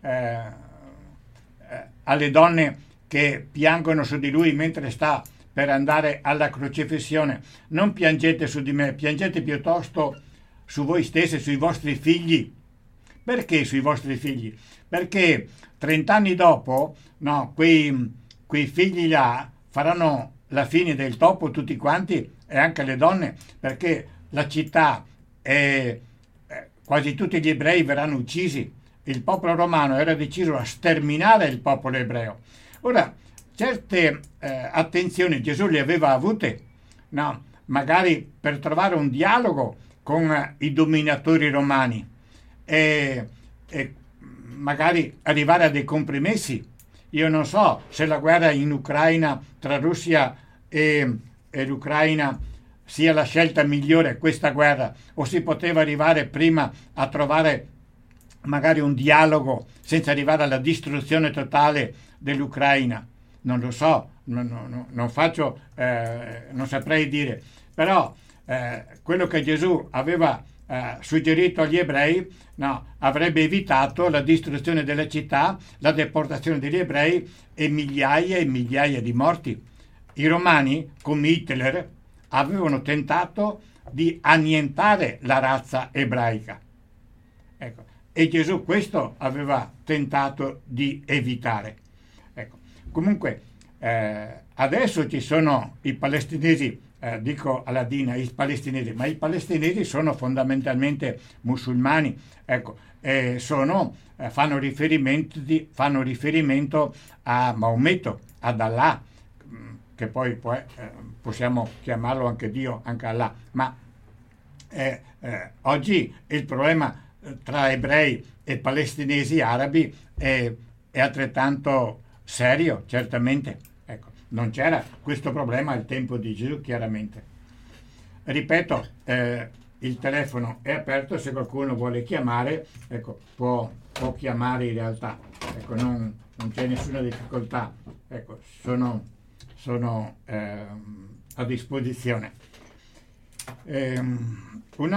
[SPEAKER 2] alle donne che piangono su di lui mentre sta per andare alla crocifissione: non piangete su di me, piangete piuttosto su voi stessi, sui vostri figli. Perché sui vostri figli? Perché 30 anni dopo, no, quei figli là faranno la fine del topo tutti quanti, e anche le donne, perché la città e quasi tutti gli ebrei verranno uccisi. Il popolo romano era deciso a sterminare il popolo ebreo. Ora, certe attenzioni Gesù le aveva avute, no, magari per trovare un dialogo con i dominatori romani e magari arrivare a dei compromessi. Io non so se la guerra in Ucraina tra Russia e l'Ucraina sia la scelta migliore, questa guerra, o si poteva arrivare prima a trovare magari un dialogo senza arrivare alla distruzione totale dell'Ucraina. Non lo so, non saprei dire, però quello che Gesù aveva suggerito agli ebrei, no, avrebbe evitato la distruzione della città, la deportazione degli ebrei e migliaia di morti. I romani, come Hitler, avevano tentato di annientare la razza ebraica. Ecco. E Gesù questo aveva tentato di evitare. Ecco. Comunque, adesso ci sono i palestinesi, dico alla Dina i palestinesi, ma i palestinesi sono fondamentalmente musulmani, ecco, fanno riferimento a Maometto, ad Allah, che poi possiamo chiamarlo anche Dio, anche Allah, ma oggi il problema tra ebrei e palestinesi arabi è altrettanto serio, certamente. Ecco, non c'era questo problema al tempo di Gesù, chiaramente. Ripeto, il telefono è aperto, se qualcuno vuole chiamare, ecco, può chiamare in realtà, ecco, non c'è nessuna difficoltà, ecco, sono a disposizione. Un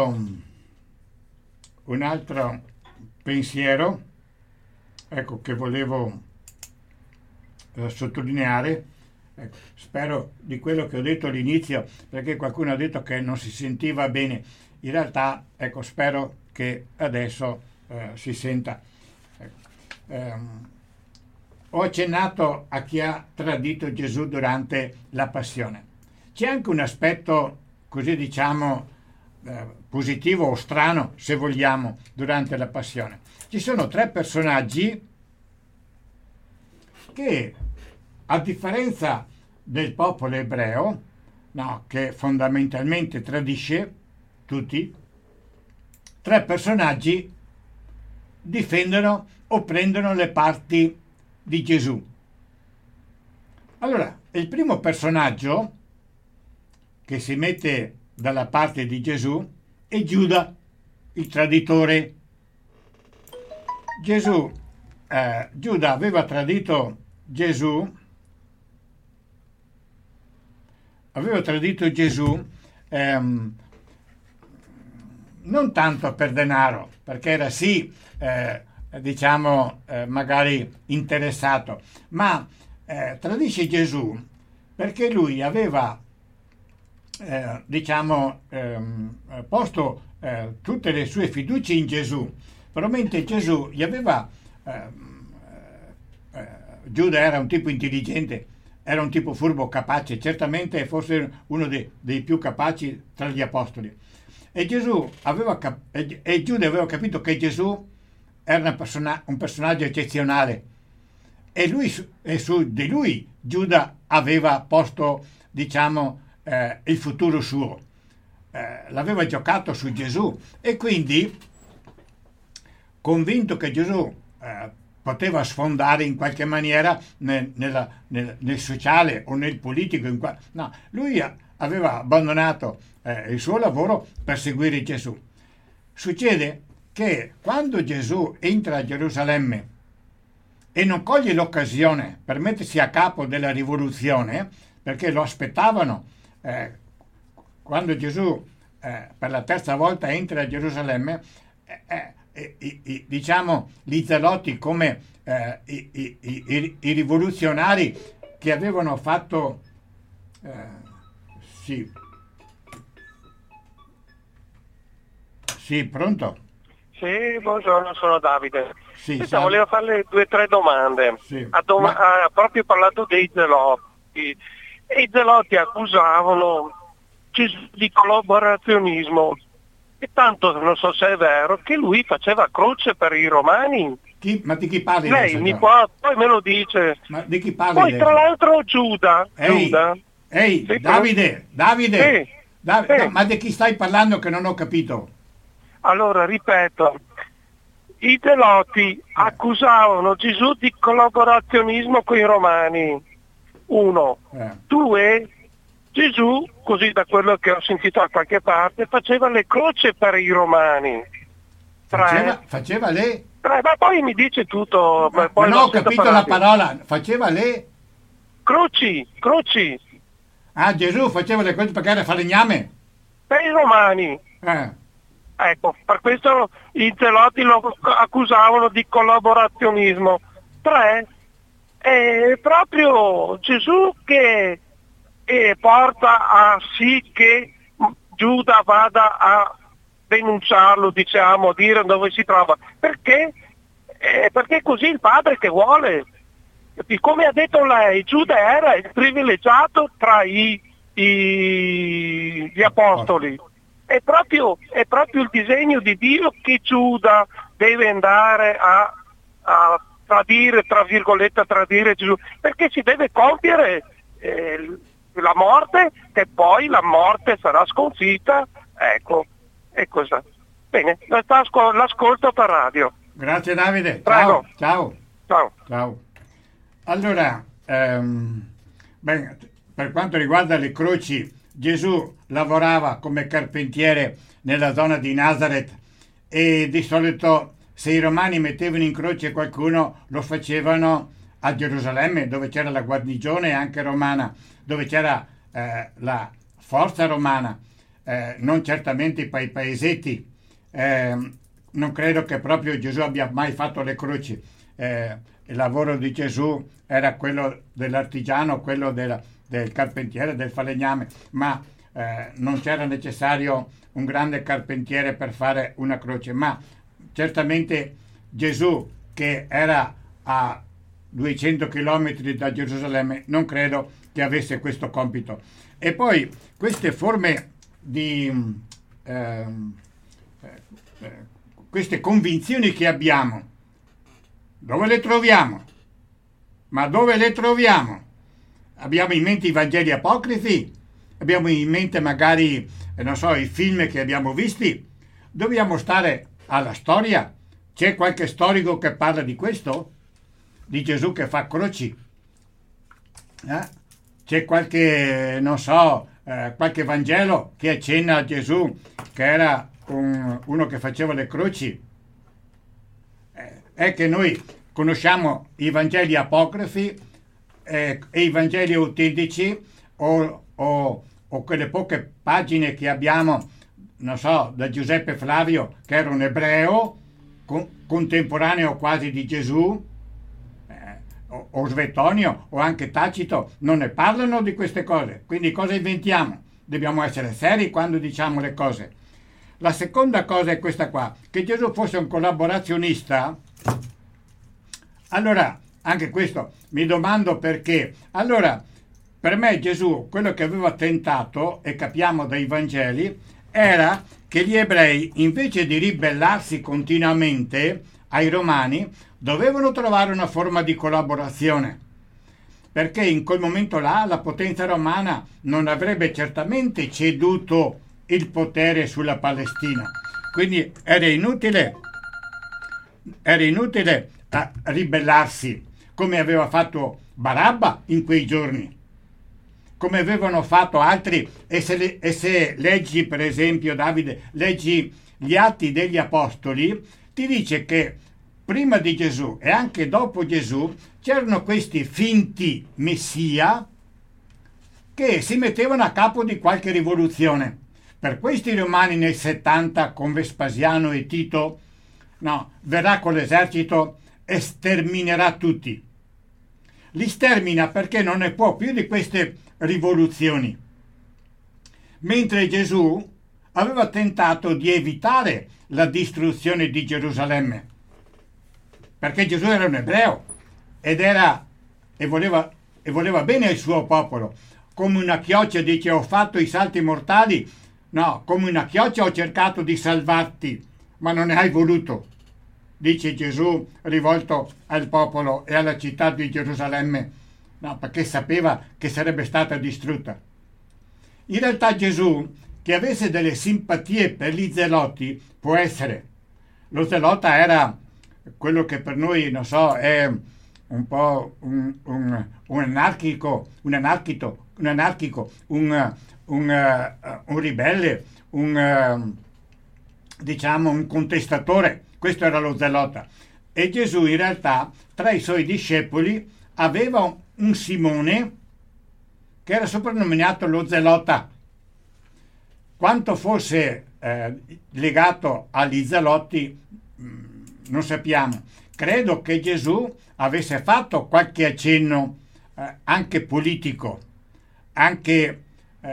[SPEAKER 2] altro pensiero, ecco, che volevo sottolineare, ecco, spero di quello che ho detto all'inizio, perché qualcuno ha detto che non si sentiva bene. In realtà, ecco, spero che adesso si senta. Ecco. Ho accennato a chi ha tradito Gesù durante la passione. C'è anche un aspetto, così diciamo, positivo o strano, se vogliamo, durante la passione. Ci sono 3 personaggi che, a differenza del popolo ebreo, no, che fondamentalmente tradisce tutti, 3 personaggi difendono o prendono le parti di Gesù. Allora, il primo personaggio che si mette dalla parte di Gesù è Giuda, il traditore. Giuda aveva tradito Gesù, non tanto per denaro, perché era sì, magari interessato, ma tradisce Gesù perché lui aveva posto tutte le sue fiducie in Gesù. Probabilmente Gesù gli aveva Giuda era un tipo intelligente, era un tipo furbo, capace, certamente forse uno dei più capaci tra gli apostoli, e Giuda aveva capito che Gesù era un personaggio eccezionale, e su di lui Giuda aveva posto, il futuro suo. l'aveva giocato su Gesù, e quindi, convinto che Gesù poteva sfondare in qualche maniera nel sociale o nel politico, no, lui aveva abbandonato il suo lavoro per seguire Gesù. Succede che quando Gesù entra a Gerusalemme e non coglie l'occasione per mettersi a capo della rivoluzione, perché lo aspettavano, quando Gesù per la terza volta entra a Gerusalemme, diciamo gli zelotti, come i rivoluzionari che avevano fatto sì, pronto?
[SPEAKER 4] Sì, buongiorno, sono Davide.
[SPEAKER 2] Sì,
[SPEAKER 4] volevo farle 2 o 3 domande.
[SPEAKER 2] Sì.
[SPEAKER 4] Ha proprio parlato dei zelotti, e i zelotti accusavano Gesù di collaborazionismo, e tanto non so se è vero che lui faceva croce per i romani.
[SPEAKER 2] Ma di chi parli?
[SPEAKER 4] Lei mi può, poi me lo dice.
[SPEAKER 2] Ma di chi parli?
[SPEAKER 4] Poi tra l'altro Giuda.
[SPEAKER 2] Ehi,
[SPEAKER 4] Sì,
[SPEAKER 2] Davide,
[SPEAKER 4] Sì.
[SPEAKER 2] No, ma di chi stai parlando, che non ho capito?
[SPEAKER 4] Allora, ripeto, i zelotti accusavano Gesù di collaborazionismo con i romani. 1. 2. Gesù, così da quello che ho sentito da qualche parte, faceva le croci per i romani. 3.
[SPEAKER 2] Faceva le?
[SPEAKER 4] 3, ma poi mi dice tutto. Poi
[SPEAKER 2] non ho capito la parola. Faceva le?
[SPEAKER 4] Croci.
[SPEAKER 2] Ah, Gesù faceva le croci perché era falegname?
[SPEAKER 4] Per i romani. Ecco, per questo i zelotti lo accusavano di collaborazionismo. 3. È proprio Gesù che porta a sì che Giuda vada a denunciarlo, diciamo, a dire dove si trova. Perché? Perché così il padre che vuole. Come ha detto lei, Giuda era il privilegiato tra gli apostoli. È proprio il disegno di Dio che Giuda deve andare a tradire, tra virgolette, tradire Gesù, perché si deve compiere la morte, che poi la morte sarà sconfitta. Ecco, è così. Bene, l'ascolto per radio.
[SPEAKER 2] Grazie Davide.
[SPEAKER 4] Prego.
[SPEAKER 2] Ciao. Allora, per quanto riguarda le croci, Gesù lavorava come carpentiere nella zona di Nazareth, e di solito se i romani mettevano in croce qualcuno lo facevano a Gerusalemme, dove c'era la guarnigione anche romana, dove c'era la forza romana, non certamente i paesetti. Non credo che proprio Gesù abbia mai fatto le croci. Il lavoro di Gesù era quello dell'artigiano, quello del carpentiere, del falegname, ma non c'era necessario un grande carpentiere per fare una croce. Ma certamente Gesù, che era a 200 chilometri da Gerusalemme, non credo che avesse questo compito. E poi queste forme di queste convinzioni che abbiamo, dove le troviamo? Ma dove le troviamo? Abbiamo in mente i Vangeli apocrifi? Abbiamo in mente magari, non so, i film che abbiamo visti? Dobbiamo stare alla storia. C'è qualche storico che parla di questo? Di Gesù che fa croci? C'è qualche, non so, qualche Vangelo che accenna a Gesù che era uno che faceva le croci? È che noi conosciamo i Vangeli apocrifi e i Vangeli autentici, o quelle poche pagine che abbiamo, non so, da Giuseppe Flavio, che era un ebreo contemporaneo quasi di Gesù, o Svetonio o anche Tacito, non ne parlano di queste cose. Quindi cosa inventiamo? Dobbiamo essere seri quando diciamo le cose. La seconda cosa è questa qua, che Gesù fosse un collaborazionista. Allora, anche questo mi domando perché. Allora, per me Gesù, quello che aveva tentato, e capiamo dai Vangeli, era che gli ebrei, invece di ribellarsi continuamente ai romani, dovevano trovare una forma di collaborazione, perché in quel momento là la potenza romana non avrebbe certamente ceduto il potere sulla Palestina. Quindi era inutile a ribellarsi come aveva fatto Barabba in quei giorni, come avevano fatto altri. E se leggi, per esempio, Davide, leggi gli Atti degli Apostoli, ti dice che prima di Gesù e anche dopo Gesù c'erano questi finti messia che si mettevano a capo di qualche rivoluzione. Per questi romani nel 70 con Vespasiano e Tito, verrà con l'esercito e sterminerà tutti. Li stermina perché non ne può più di queste rivoluzioni. Mentre Gesù aveva tentato di evitare la distruzione di Gerusalemme, perché Gesù era un ebreo e voleva bene al suo popolo. Come una chioccia dice: ho fatto i salti mortali, come una chioccia ho cercato di salvarti, ma non ne hai voluto, dice Gesù rivolto al popolo e alla città di Gerusalemme, perché sapeva che sarebbe stata distrutta. In realtà Gesù, che avesse delle simpatie per gli zeloti, può essere. Lo zelota era quello che per noi, è un po' un anarchico, un ribelle, un contestatore. Questo era lo zelota. E Gesù in realtà tra i suoi discepoli aveva un Simone che era soprannominato lo zelota. Quanto fosse legato agli zeloti non sappiamo. Credo che Gesù avesse fatto qualche accenno anche politico, anche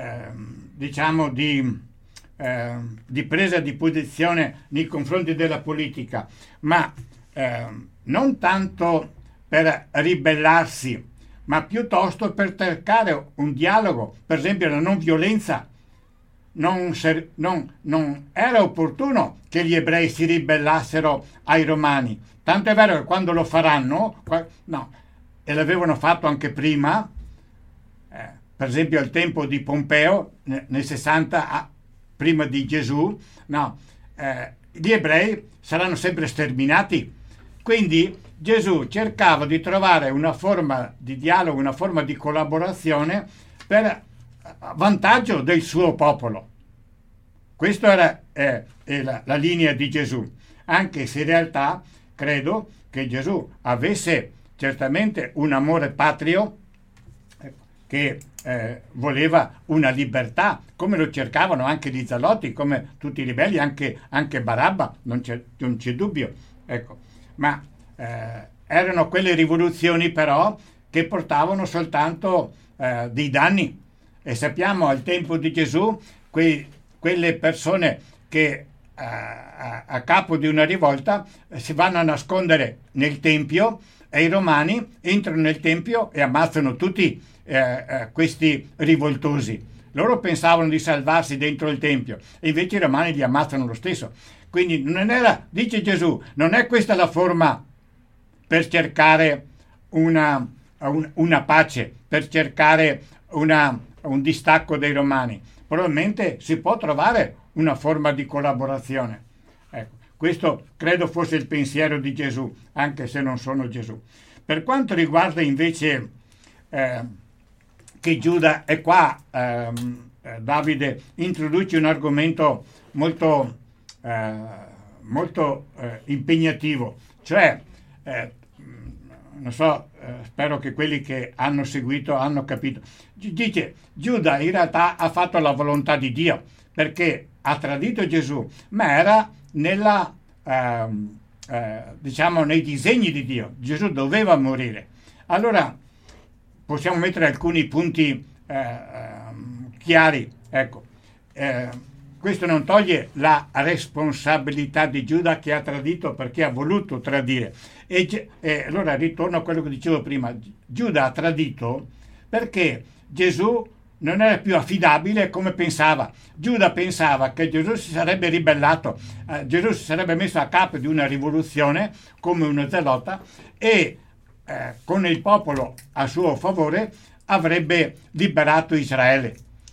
[SPEAKER 2] di presa di posizione nei confronti della politica, ma non tanto per ribellarsi, ma piuttosto per cercare un dialogo, per esempio la non violenza. Non era opportuno che gli ebrei si ribellassero ai romani, tanto è vero che quando lo faranno, e l'avevano fatto anche prima, per esempio al tempo di Pompeo nel 60 prima di Gesù, gli ebrei saranno sempre sterminati. Quindi Gesù cercava di trovare una forma di dialogo, una forma di collaborazione per vantaggio del suo popolo. Questa era la linea di Gesù, anche se in realtà credo che Gesù avesse certamente un amore patrio, che voleva una libertà, come lo cercavano anche gli zeloti, come tutti i ribelli, anche Barabba, non c'è dubbio. Ma erano quelle rivoluzioni però che portavano soltanto dei danni. E sappiamo al tempo di Gesù quelle persone che a capo di una rivolta si vanno a nascondere nel Tempio e i romani entrano nel Tempio e ammazzano tutti questi rivoltosi. Loro pensavano di salvarsi dentro il Tempio e invece i romani li ammazzano lo stesso. Quindi non era, dice Gesù, non è questa la forma per cercare una pace, per cercare un distacco dei romani. Probabilmente si può trovare una forma di collaborazione. Questo credo fosse il pensiero di Gesù, anche se non sono Gesù. Per quanto riguarda invece che Giuda, e qua Davide introduce un argomento molto impegnativo, cioè spero che quelli che hanno seguito hanno capito. Dice, Giuda in realtà ha fatto la volontà di Dio, perché ha tradito Gesù, ma era nei disegni di Dio. Gesù doveva morire. Allora possiamo mettere alcuni punti chiari. Questo non toglie la responsabilità di Giuda, che ha tradito perché ha voluto tradire. E allora ritorno a quello che dicevo prima. Giuda ha tradito perché Gesù non era più affidabile come pensava. Giuda pensava che Gesù si sarebbe ribellato, Gesù si sarebbe messo a capo di una rivoluzione come uno zelota e con il popolo a suo favore avrebbe liberato Israele.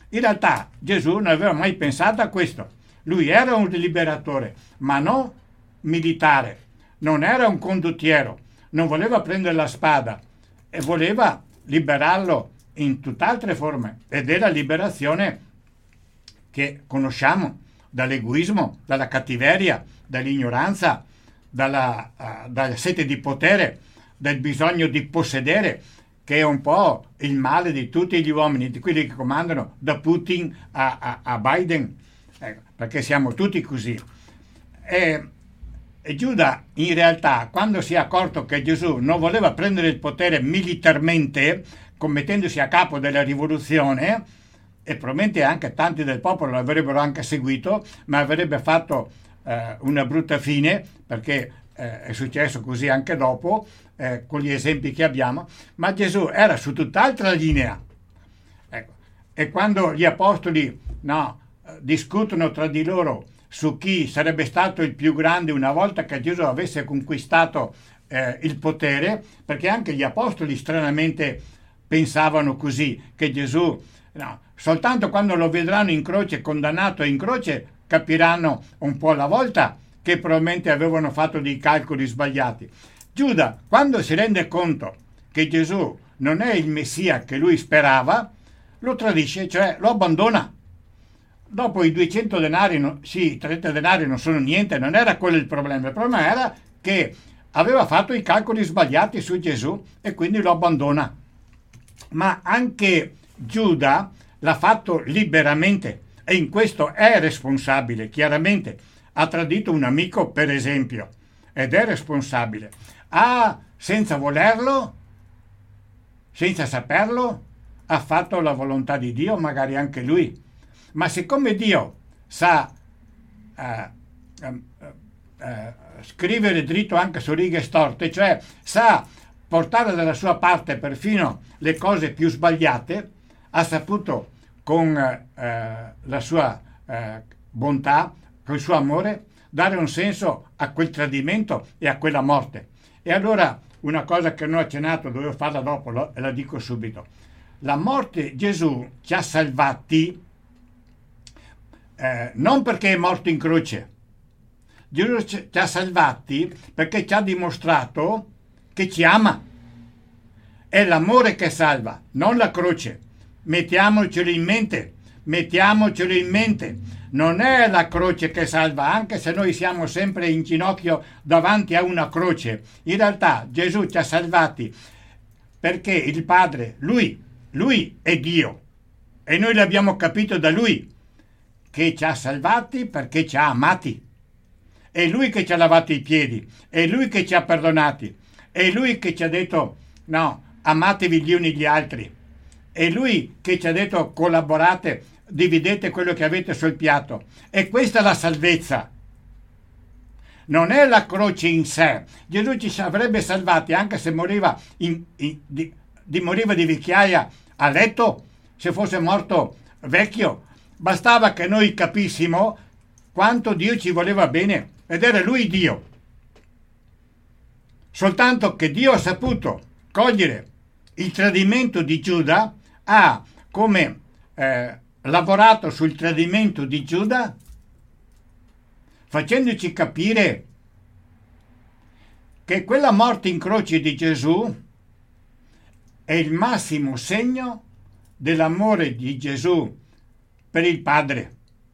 [SPEAKER 2] In realtà Gesù non aveva mai pensato a questo. Lui era un liberatore, ma non militare, non era un condottiero, non voleva prendere la spada e voleva liberarlo in tutt'altre forme, ed è la liberazione che conosciamo dall'egoismo, dalla cattiveria, dall'ignoranza, dalla sete di potere, del bisogno di possedere, che è un po' il male di tutti gli uomini, di quelli che comandano, da Putin a Biden, perché siamo tutti così. E Giuda, in realtà, quando si è accorto che Gesù non voleva prendere il potere militarmente, commettendosi a capo della rivoluzione, e probabilmente anche tanti del popolo l'avrebbero anche seguito, ma avrebbe fatto una brutta fine, perché è successo così anche dopo, con gli esempi che abbiamo, ma Gesù era su tutt'altra linea. Ecco. E quando gli apostoli discutono tra di loro su chi sarebbe stato il più grande una volta che Gesù avesse conquistato il potere, perché anche gli apostoli stranamente pensavano così, che Gesù, soltanto quando lo vedranno in croce, condannato in croce, capiranno un po' alla volta che probabilmente avevano fatto dei calcoli sbagliati. Giuda, quando si rende conto che Gesù non è il Messia che lui sperava, lo tradisce, cioè lo abbandona. Dopo i 200 denari, i 30 denari non sono niente, non era quello il problema era che aveva fatto i calcoli sbagliati su Gesù e quindi lo abbandona. Ma anche Giuda l'ha fatto liberamente e in questo è responsabile, chiaramente. Ha tradito un amico, per esempio, ed è responsabile. Senza volerlo, senza saperlo, ha fatto la volontà di Dio, magari anche lui. Ma siccome Dio sa scrivere dritto anche su righe storte, cioè sa portare dalla sua parte perfino le cose più sbagliate, ha saputo con la sua bontà, con il suo amore, dare un senso a quel tradimento e a quella morte. E allora una cosa che non ho accennato, dovevo farla dopo, e la dico subito. La morte, Gesù ci ha salvati non perché è morto in croce. Gesù ci ha salvati perché ci ha dimostrato che ci ama. È l'amore che salva, non la croce. Mettiamocelo in mente. Non è la croce che salva, anche se noi siamo sempre in ginocchio davanti a una croce. In realtà Gesù ci ha salvati perché il Padre, lui è Dio, e noi l'abbiamo capito da Lui, che ci ha salvati perché ci ha amati. È Lui che ci ha lavato i piedi, è Lui che ci ha perdonati, è Lui che ci ha detto amatevi gli uni gli altri, è Lui che ci ha detto collaborate, dividete quello che avete sul piatto. E questa è la salvezza, non è la croce in sé. Gesù ci avrebbe salvati anche se moriva moriva di vecchiaia a letto, se fosse morto vecchio. Bastava che noi capissimo quanto Dio ci voleva bene, ed era Lui Dio. Soltanto che Dio ha saputo cogliere il tradimento di Giuda, ha come lavorato sul tradimento di Giuda, facendoci capire che quella morte in croce di Gesù è il massimo segno dell'amore di Gesù per il Padre.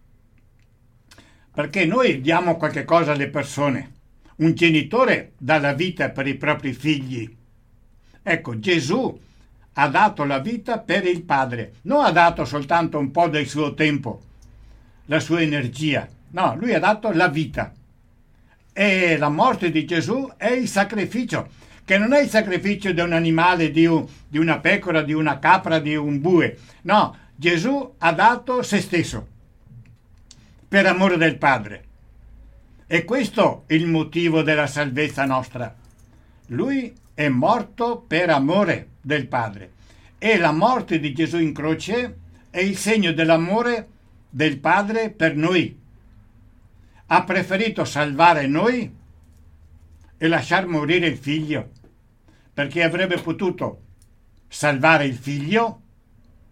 [SPEAKER 2] Perché noi diamo qualche cosa alle persone. Un genitore dà la vita per i propri figli. Ecco, Gesù ha dato la vita per il Padre. Non ha dato soltanto un po' del suo tempo, la sua energia. No, lui ha dato la vita. E la morte di Gesù è il sacrificio, che non è il sacrificio di un animale, di una pecora, di una capra, di un bue. No, Gesù ha dato se stesso per amore del Padre. E questo è il motivo della salvezza nostra. Lui è morto per amore del Padre. E la morte di Gesù in croce è il segno dell'amore del Padre per noi. Ha preferito salvare noi e lasciar morire il figlio, perché avrebbe potuto salvare il figlio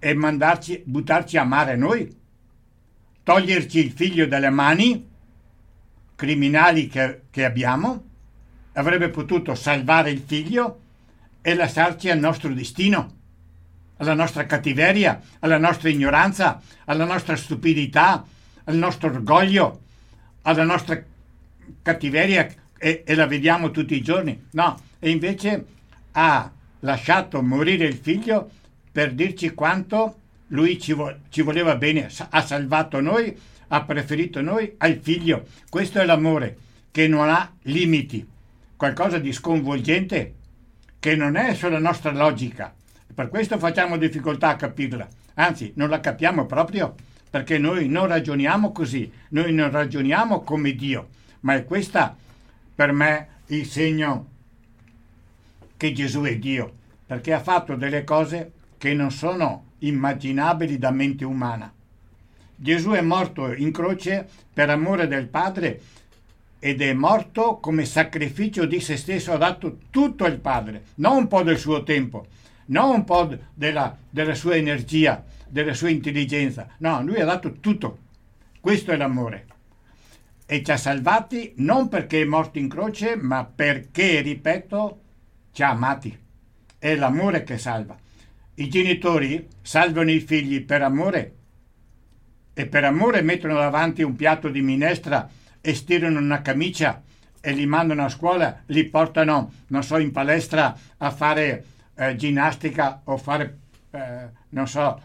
[SPEAKER 2] e buttarci a mare noi, toglierci il figlio dalle mani criminali che abbiamo, avrebbe potuto salvare il figlio e lasciarci al nostro destino, alla nostra cattiveria, alla nostra ignoranza, alla nostra stupidità, al nostro orgoglio, alla nostra cattiveria e la vediamo tutti i giorni. No, e invece ha lasciato morire il figlio per dirci quanto lui ci voleva bene, ha salvato noi, ha preferito noi al figlio. Questo è l'amore che non ha limiti, qualcosa di sconvolgente che non è sulla nostra logica. Per questo facciamo difficoltà a capirla, anzi non la capiamo proprio perché noi non ragioniamo così, noi non ragioniamo come Dio, ma è questa per me il segno che Gesù è Dio, perché ha fatto delle cose che non sono immaginabili da mente umana. Gesù è morto in croce per amore del Padre ed è morto come sacrificio di se stesso, ha dato tutto al Padre, non un po' del suo tempo, non un po' della sua energia, della sua intelligenza, no, lui ha dato tutto. Questo è l'amore. E ci ha salvati non perché è morto in croce, ma perché, ripeto, ci ha amati. È l'amore che salva. I genitori salvano i figli per amore e per amore mettono davanti un piatto di minestra e stirano una camicia e li mandano a scuola, li portano, non so, in palestra a fare ginnastica o fare, non so,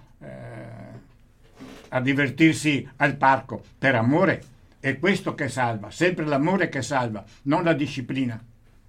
[SPEAKER 2] a divertirsi al parco, per amore. È questo che salva, sempre l'amore che salva, non la disciplina.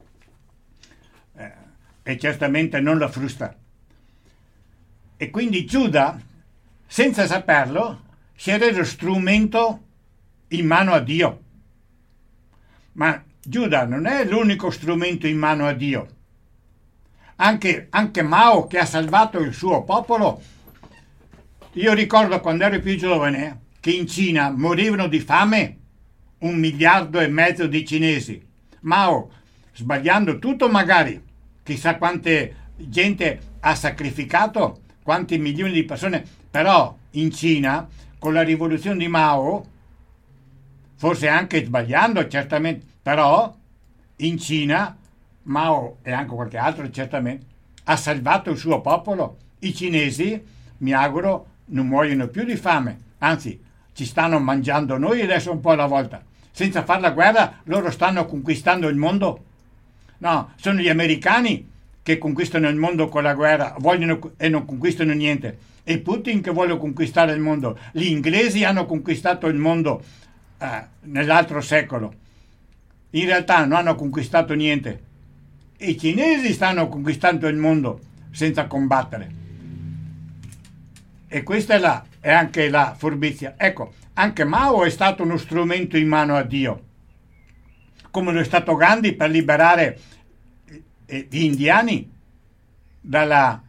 [SPEAKER 2] E certamente non la frusta. E quindi Giuda, senza saperlo, si è reso strumento in mano a Dio. Ma Giuda non è l'unico strumento in mano a Dio. Anche Mao, che ha salvato il suo popolo, io ricordo quando ero più giovane che in Cina morivano di fame 1,5 miliardi di cinesi. Mao, sbagliando tutto magari, chissà quante gente ha sacrificato, quanti milioni di persone, però in Cina, con la rivoluzione di Mao, forse anche sbagliando certamente, però in Cina Mao e anche qualche altro certamente ha salvato il suo popolo. I cinesi, mi auguro, non muoiono più di fame, anzi ci stanno mangiando noi adesso un po' alla volta. Senza fare la guerra loro stanno conquistando il mondo. No, sono gli americani che conquistano il mondo con la guerra, vogliono e non conquistano niente. E Putin che vuole conquistare il mondo. Gli inglesi hanno conquistato il mondo nell'altro secolo. In realtà non hanno conquistato niente. I cinesi stanno conquistando il mondo senza combattere. E questa è anche la furbizia. Ecco, anche Mao è stato uno strumento in mano a Dio, come lo è stato Gandhi per liberare gli indiani dalla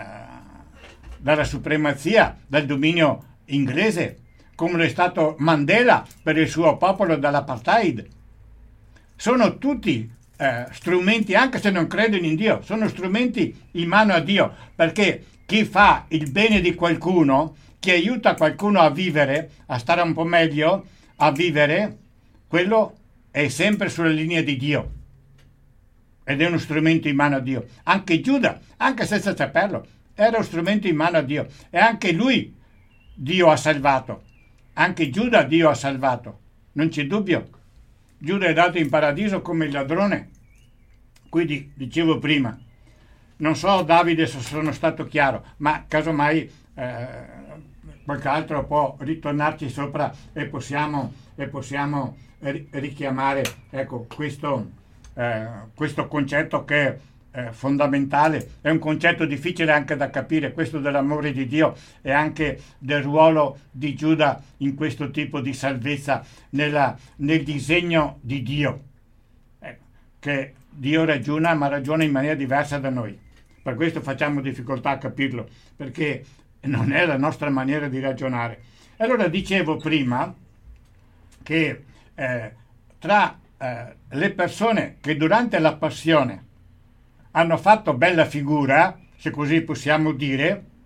[SPEAKER 2] supremazia, dal dominio inglese, come lo è stato Mandela per il suo popolo dall'apartheid. Sono tutti strumenti, anche se non credono in Dio, sono strumenti in mano a Dio, perché chi fa il bene di qualcuno, chi aiuta qualcuno a vivere, a stare un po' meglio, a vivere, quello è sempre sulla linea di Dio ed è uno strumento in mano a Dio. Anche Giuda, anche senza saperlo, era uno strumento in mano a Dio e anche lui Dio ha salvato, anche Giuda Dio ha salvato, non c'è dubbio. Giuda è andato in paradiso come il ladrone. Quindi dicevo prima, non so Davide se sono stato chiaro, ma casomai qualche altro può ritornarci sopra e possiamo richiamare, ecco, questo concetto che è fondamentale. È un concetto difficile anche da capire, questo dell'amore di Dio e anche del ruolo di Giuda in questo tipo di salvezza nel disegno di Dio, che Dio ragiona, ma ragiona in maniera diversa da noi. Per questo facciamo difficoltà a capirlo, perché non è la nostra maniera di ragionare. Allora dicevo prima che tra le persone che durante la passione hanno fatto bella figura, se così possiamo dire,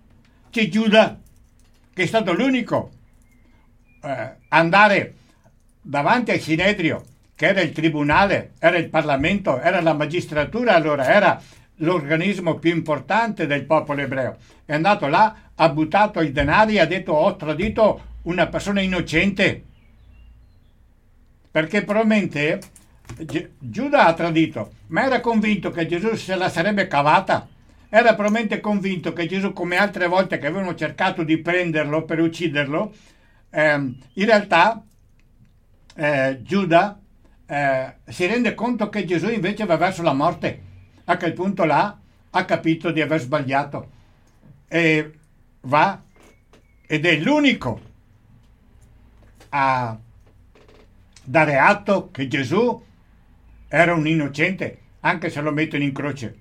[SPEAKER 2] c'è Giuda, che è stato l'unico andare davanti al Sinedrio, che era il tribunale, era il Parlamento, era la magistratura, allora era l'organismo più importante del popolo ebreo. È andato là, ha buttato i denari e ha detto: ho tradito una persona innocente. Perché probabilmente Giuda ha tradito, ma era convinto che Gesù se la sarebbe cavata. Era probabilmente convinto che Gesù, come altre volte che avevano cercato di prenderlo per ucciderlo, in realtà Giuda si rende conto che Gesù invece va verso la morte. A quel punto là ha capito di aver sbagliato e va, ed è l'unico a dare atto che Gesù era un innocente, anche se lo mettono in croce.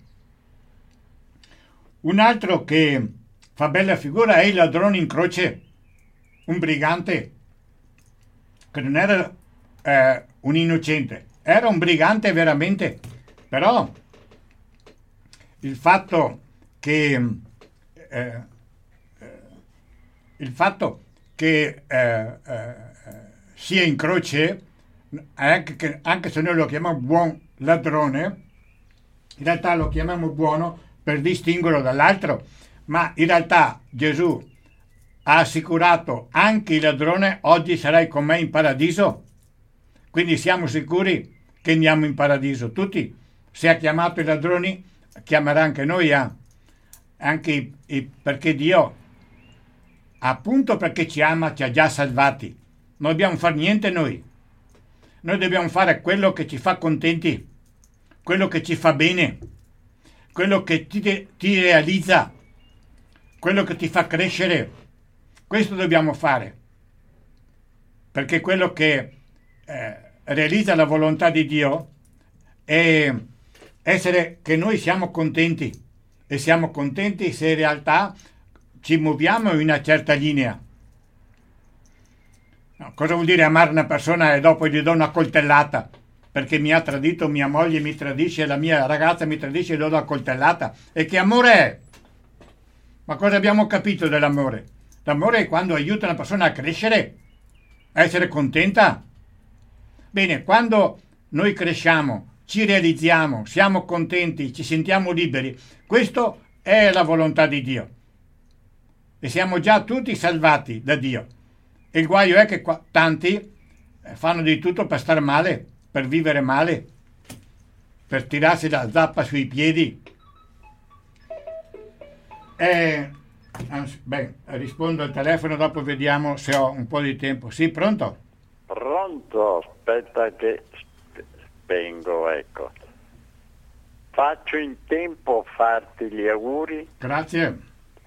[SPEAKER 2] Un altro che fa bella figura è il ladrone in croce, un brigante che non era un innocente, era un brigante veramente, però il fatto che sia in croce, anche se noi lo chiamiamo buon ladrone, in realtà lo chiamiamo buono per distinguerlo dall'altro, ma in realtà Gesù ha assicurato: anche il ladrone oggi sarai con me in paradiso. Quindi siamo sicuri che andiamo in paradiso tutti. Se ha chiamato i ladroni, chiamerà anche noi, anche perché Dio, appunto perché ci ama, ci ha già salvati. Non dobbiamo fare niente noi dobbiamo fare quello che ci fa contenti, quello che ci fa bene, quello che ti realizza, quello che ti fa crescere. Questo dobbiamo fare, perché quello che realizza la volontà di Dio è essere che noi siamo contenti, e siamo contenti se in realtà ci muoviamo in una certa linea. No, cosa vuol dire amare una persona e dopo gli do una coltellata perché mi ha tradito, mia moglie mi tradisce, la mia ragazza mi tradisce e gli do una coltellata? E che amore è? Ma cosa abbiamo capito dell'amore? L'amore è quando aiuta una persona a crescere, a essere contenta. Bene, quando noi cresciamo, ci realizziamo, siamo contenti, ci sentiamo liberi, questo è la volontà di Dio. E siamo già tutti salvati da Dio. E il guaio è che tanti fanno di tutto per star male, per vivere male, per tirarsi la zappa sui piedi. Rispondo al telefono, dopo vediamo se ho un po' di tempo. Sì, pronto?
[SPEAKER 5] Pronto, aspetta che spengo, ecco. Faccio in tempo a farti gli auguri?
[SPEAKER 2] Grazie.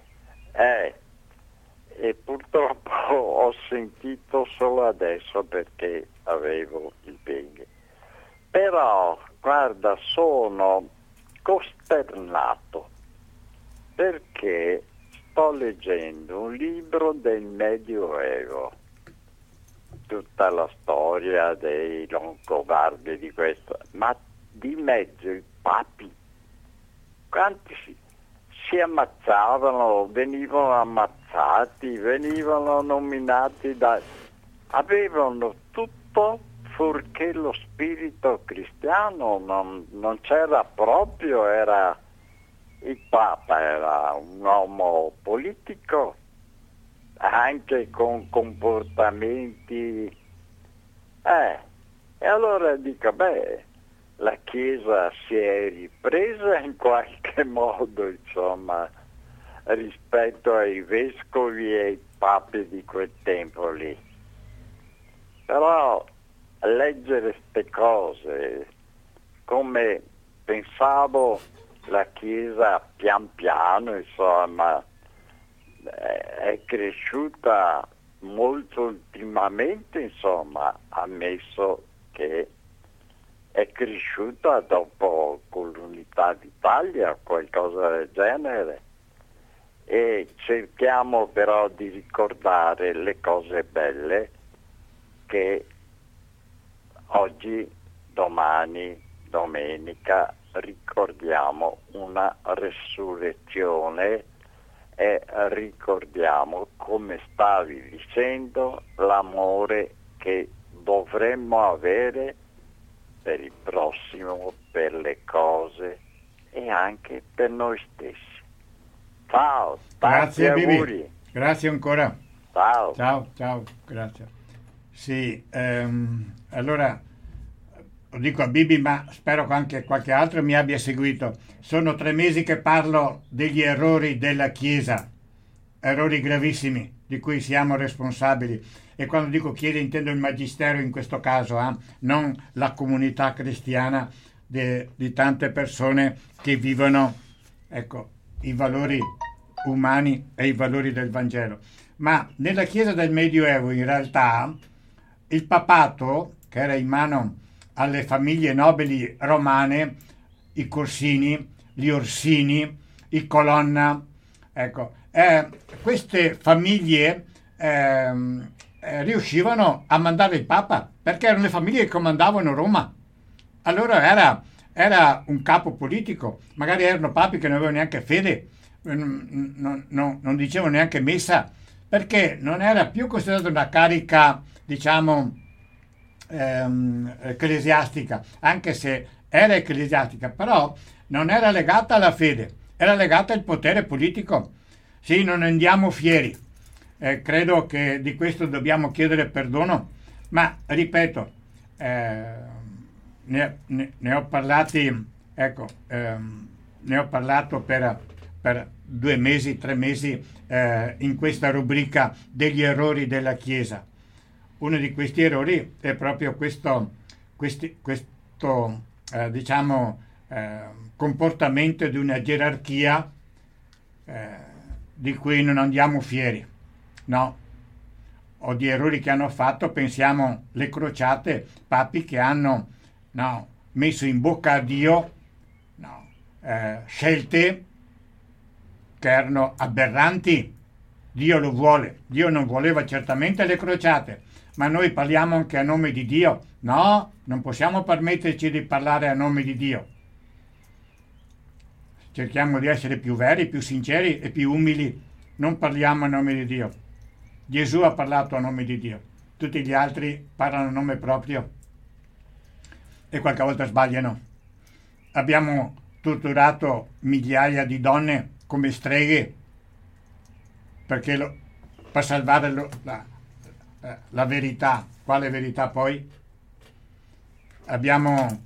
[SPEAKER 5] E purtroppo ho sentito solo adesso perché avevo impegni. Però, guarda, sono costernato perché sto leggendo un libro del Medioevo, tutta la storia dei Longobardi, di questo, ma di mezzo i papi, quanti si ammazzavano, venivano ammazzati, venivano nominati avevano tutto fuorché lo spirito cristiano non c'era proprio. Il Papa era un uomo politico, anche con comportamenti. E allora dico, la Chiesa si è ripresa in qualche modo, insomma, rispetto ai vescovi e ai papi di quel tempo lì. Però leggere queste cose, come pensavo la Chiesa pian piano, insomma, è cresciuta molto ultimamente, insomma, ammesso che è cresciuta dopo con l'unità d'Italia o qualcosa del genere, e cerchiamo però di ricordare le cose belle che oggi, domani, domenica, ricordiamo una resurrezione e ricordiamo, come stavi dicendo, l'amore che dovremmo avere per il prossimo, per le cose e anche per noi stessi. Ciao, tanti
[SPEAKER 2] Grazie
[SPEAKER 5] auguri.
[SPEAKER 2] Bibi, grazie ancora.
[SPEAKER 5] Ciao.
[SPEAKER 2] Ciao, grazie. Sì, allora lo dico a Bibi, ma spero che anche qualche altro mi abbia seguito. Sono 3 mesi che parlo degli errori della Chiesa, errori gravissimi di cui siamo responsabili. E quando dico Chiesa intendo il Magistero in questo caso, non la comunità cristiana di tante persone che vivono, ecco, i valori umani e i valori del Vangelo. Ma nella Chiesa del Medioevo in realtà il papato, che era in mano alle famiglie nobili romane, i Corsini, gli Orsini, i Colonna, ecco, queste famiglie riuscivano a mandare il Papa, perché erano le famiglie che comandavano Roma. Allora era un capo politico, magari erano papi che non avevano neanche fede, non dicevano neanche messa, perché non era più considerata una carica, diciamo, ecclesiastica, anche se era ecclesiastica, però non era legata alla fede, era legata al potere politico. Sì, non andiamo fieri, credo che di questo dobbiamo chiedere perdono, ma ripeto, ne ho parlati, ecco, ne ho parlato per 2 mesi, 3 mesi in questa rubrica degli errori della Chiesa. Uno di questi errori è proprio questo diciamo, comportamento di una gerarchia di cui non andiamo fieri, no? O di errori che hanno fatto, pensiamo le crociate, papi che hanno messo in bocca a Dio scelte che erano aberranti. Dio lo vuole, Dio non voleva certamente le crociate, ma noi parliamo anche a nome di Dio. No, non possiamo permetterci di parlare a nome di Dio. Cerchiamo di essere più veri, più sinceri e più umili. Non parliamo a nome di Dio. Gesù ha parlato a nome di Dio. Tutti gli altri parlano a nome proprio e qualche volta sbagliano. Abbiamo torturato migliaia di donne come streghe per salvare la verità. Quale verità poi? Abbiamo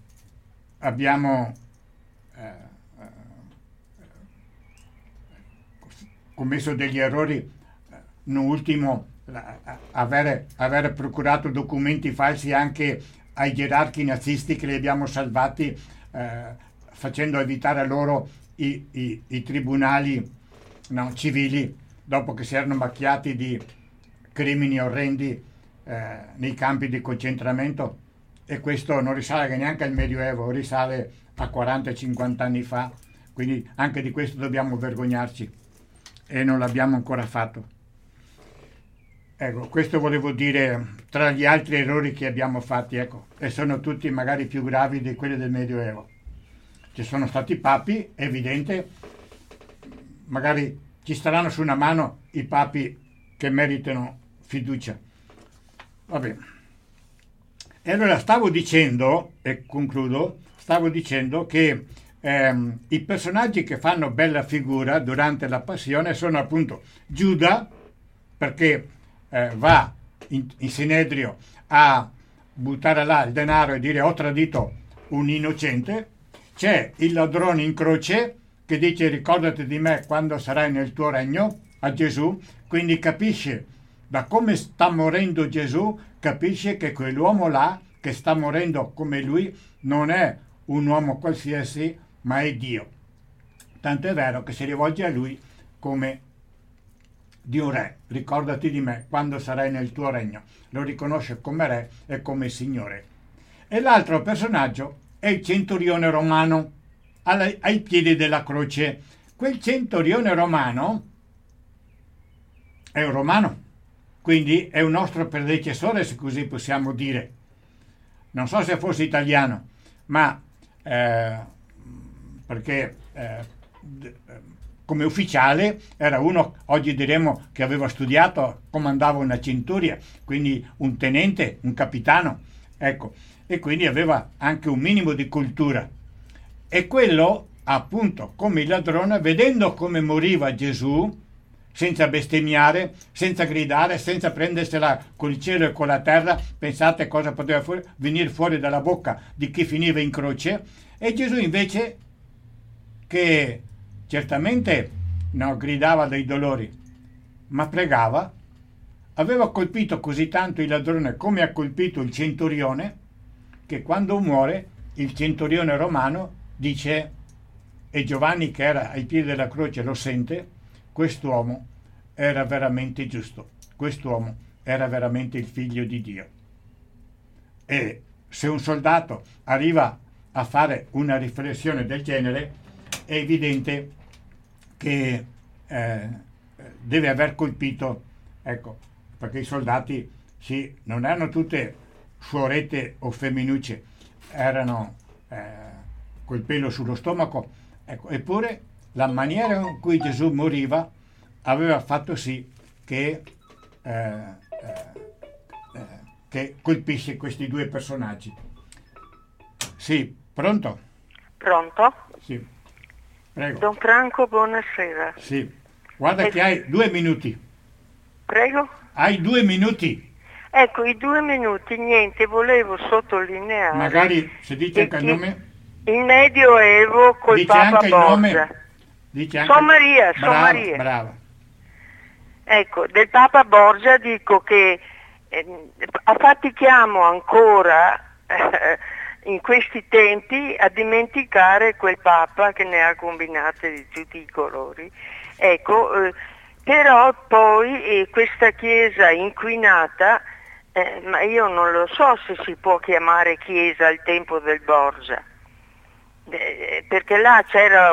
[SPEAKER 2] commesso degli errori, non ultimo avere procurato documenti falsi anche ai gerarchi nazisti, che li abbiamo salvati facendo evitare a loro i tribunali civili, dopo che si erano macchiati di crimini orrendi nei campi di concentramento. E questo non risale neanche al Medioevo, risale a 40-50 anni fa, quindi anche di questo dobbiamo vergognarci e non l'abbiamo ancora fatto. Ecco, questo volevo dire tra gli altri errori che abbiamo fatti, ecco, e sono tutti magari più gravi di quelli del Medioevo. Ci sono stati papi, è evidente, magari ci staranno su una mano i papi che meritano fiducia. Va bene. E allora stavo dicendo, e concludo, che i personaggi che fanno bella figura durante la passione sono appunto Giuda, perché va in Sinedrio a buttare là il denaro e dire ho tradito un innocente. C'è il ladrone in croce che dice ricordati di me quando sarai nel tuo regno, a Gesù, quindi capisce da come sta morendo Gesù, capisce che quell'uomo là che sta morendo come lui non è un uomo qualsiasi, ma è Dio. Tanto è vero che si rivolge a lui come di un re, ricordati di me quando sarai nel tuo regno, lo riconosce come re e come signore. E l'altro personaggio è il centurione romano ai piedi della croce. Quel centurione romano è un romano, quindi è un nostro predecessore, se così possiamo dire. Non so se fosse italiano, ma perché come ufficiale era uno, oggi diremmo, che aveva studiato, comandava una centuria, quindi un tenente, un capitano, ecco, e quindi aveva anche un minimo di cultura. E quello, appunto, come il ladrone, vedendo come moriva Gesù, senza bestemmiare, senza gridare, senza prendersela col cielo e con la terra, pensate cosa poteva venire fuori dalla bocca di chi finiva in croce, e Gesù invece, che certamente non gridava dei dolori, ma pregava, aveva colpito così tanto il ladrone come ha colpito il centurione, che quando muore il centurione romano dice, e Giovanni che era ai piedi della croce lo sente, quest'uomo era veramente giusto, quest'uomo era veramente il figlio di Dio. E se un soldato arriva a fare una riflessione del genere, è evidente che deve aver colpito, ecco, perché i soldati sì, non erano tutte suorette o femminucce, erano col pelo sullo stomaco, ecco, eppure la maniera in cui Gesù moriva aveva fatto sì che colpisce questi due personaggi. Sì, pronto?
[SPEAKER 6] Pronto?
[SPEAKER 2] Sì, prego.
[SPEAKER 6] Don Franco, buonasera.
[SPEAKER 2] Sì, guarda che hai 2 minuti.
[SPEAKER 6] Prego?
[SPEAKER 2] Hai 2 minuti.
[SPEAKER 6] Ecco, i 2 minuti, niente, volevo sottolineare...
[SPEAKER 2] Magari, se dice anche il nome...
[SPEAKER 6] Il Medioevo col
[SPEAKER 2] dice
[SPEAKER 6] Papa
[SPEAKER 2] anche
[SPEAKER 6] Borgia.
[SPEAKER 2] Il nome. Dice anche...
[SPEAKER 6] Sono Maria,
[SPEAKER 2] brava, brava.
[SPEAKER 6] Ecco, del Papa Borgia dico che affatichiamo ancora in questi tempi a dimenticare quel Papa che ne ha combinate di tutti i colori. Ecco, però poi questa Chiesa inquinata, ma io non lo so se si può chiamare Chiesa al tempo del Borgia, perché là c'era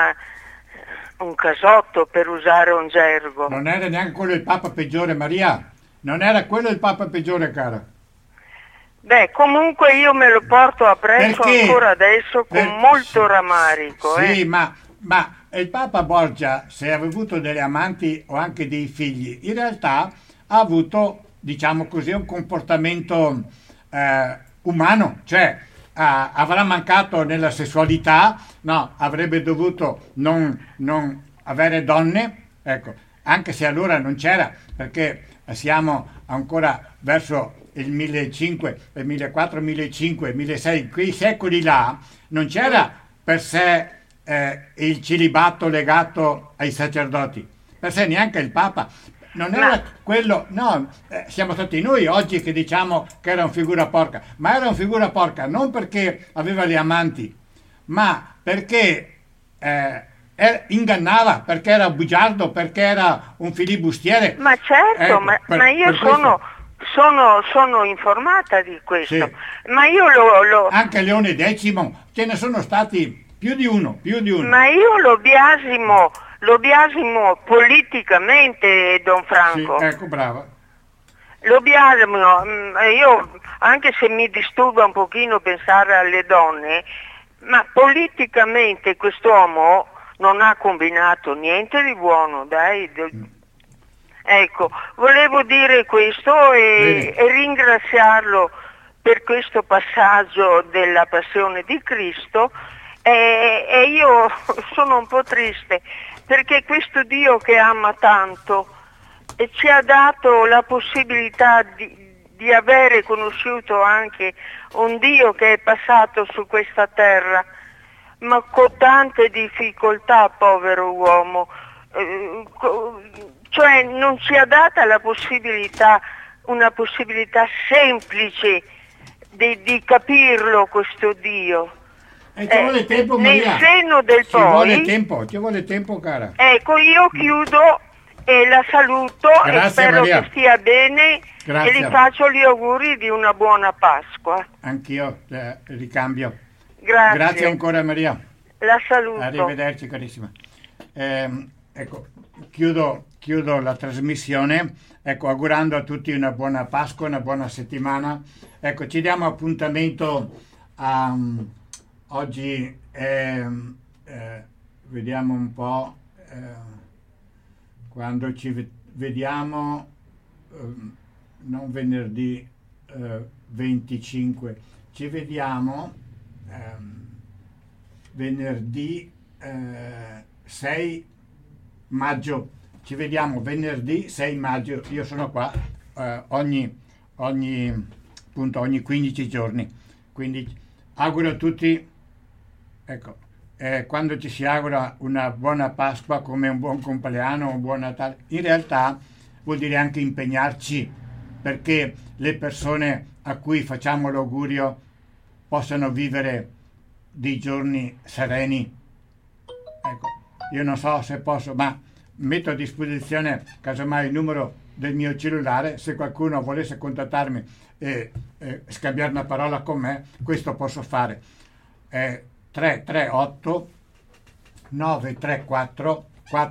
[SPEAKER 6] un casotto, per usare un gergo.
[SPEAKER 2] Non era neanche quello il Papa peggiore, Maria. Non era quello il Papa peggiore, cara.
[SPEAKER 6] Beh, comunque io me lo porto appresso ancora adesso con molto rammarico.
[SPEAKER 2] Sì, ma il Papa Borgia, se aveva avuto delle amanti o anche dei figli, in realtà ha avuto, diciamo così, un comportamento umano, cioè avrà mancato nella sessualità, no, avrebbe dovuto non avere donne, ecco, anche se allora non c'era, perché siamo ancora verso il 1500, il 1400, 1500, 1600, quei secoli là non c'era per sé il celibato legato ai sacerdoti, per sé neanche il Papa. Non era quello, no, siamo stati noi oggi che diciamo che era una figura porca, ma era una figura porca non perché aveva le amanti, ma perché ingannava, perché era bugiardo, perché era un filibustiere.
[SPEAKER 6] Ma certo, ma io sono informata di questo, sì. Ma io
[SPEAKER 2] anche Leone X, ce ne sono stati più di uno.
[SPEAKER 6] Ma io lo biasimo politicamente, Don Franco.
[SPEAKER 2] Sì, ecco, brava.
[SPEAKER 6] Lo biasimo, io, anche se mi disturba un pochino pensare alle donne, ma politicamente quest'uomo non ha combinato niente di buono, dai. Ecco, volevo dire questo e ringraziarlo per questo passaggio della passione di Cristo, e io sono un po' triste perché questo Dio che ama tanto ci ha dato la possibilità di avere conosciuto anche un Dio che è passato su questa terra, ma con tante difficoltà, povero uomo, cioè non ci ha data la possibilità, una possibilità semplice di capirlo questo Dio.
[SPEAKER 2] Ci vuole tempo, Maria.
[SPEAKER 6] Nel seno del poi
[SPEAKER 2] ci vuole tempo, cara.
[SPEAKER 6] Ecco, io chiudo e la saluto.
[SPEAKER 2] Grazie,
[SPEAKER 6] e spero
[SPEAKER 2] Maria.
[SPEAKER 6] che stia bene.
[SPEAKER 2] Grazie.
[SPEAKER 6] E gli faccio gli auguri di una buona Pasqua.
[SPEAKER 2] Anch'io ricambio.
[SPEAKER 6] Grazie.
[SPEAKER 2] Grazie ancora, Maria.
[SPEAKER 6] La saluto.
[SPEAKER 2] Arrivederci, carissima. Ecco, chiudo la trasmissione, ecco, augurando a tutti una buona Pasqua, una buona settimana. Ecco, ci diamo appuntamento oggi, vediamo un po', quando ci vediamo, non venerdì 25, ci vediamo venerdì 6 maggio, ci vediamo venerdì 6 maggio, io sono qua ogni 15 giorni, quindi auguro a tutti, ecco, quando ci si augura una buona Pasqua come un buon compleanno, un buon Natale, in realtà vuol dire anche impegnarci perché le persone a cui facciamo l'augurio possano vivere dei giorni sereni. Ecco, io non so se posso, ma metto a disposizione casomai il numero del mio cellulare, se qualcuno volesse contattarmi e scambiare una parola con me, questo posso fare. 338 934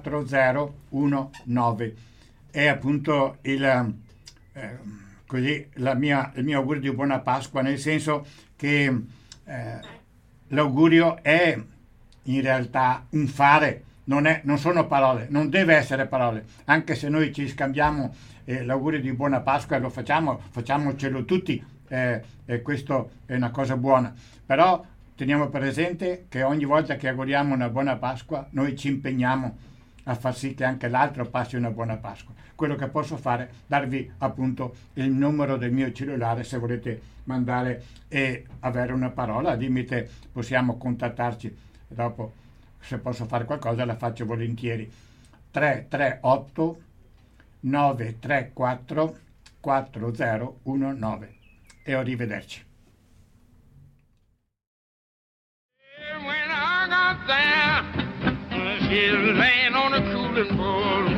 [SPEAKER 2] 4019 è appunto così il mio augurio di buona Pasqua, nel senso che l'augurio è in realtà un fare, non sono parole, non deve essere parole, anche se noi ci scambiamo l'augurio di buona Pasqua e lo facciamocelo tutti, e questo è una cosa buona, però teniamo presente che ogni volta che auguriamo una buona Pasqua noi ci impegniamo a far sì che anche l'altro passi una buona Pasqua. Quello che posso fare è darvi appunto il numero del mio cellulare, se volete mandare e avere una parola, al limite possiamo contattarci, dopo se posso fare qualcosa la faccio volentieri. 338 934 4019 e arrivederci.
[SPEAKER 7] When I got there, she's laying on a cooling board.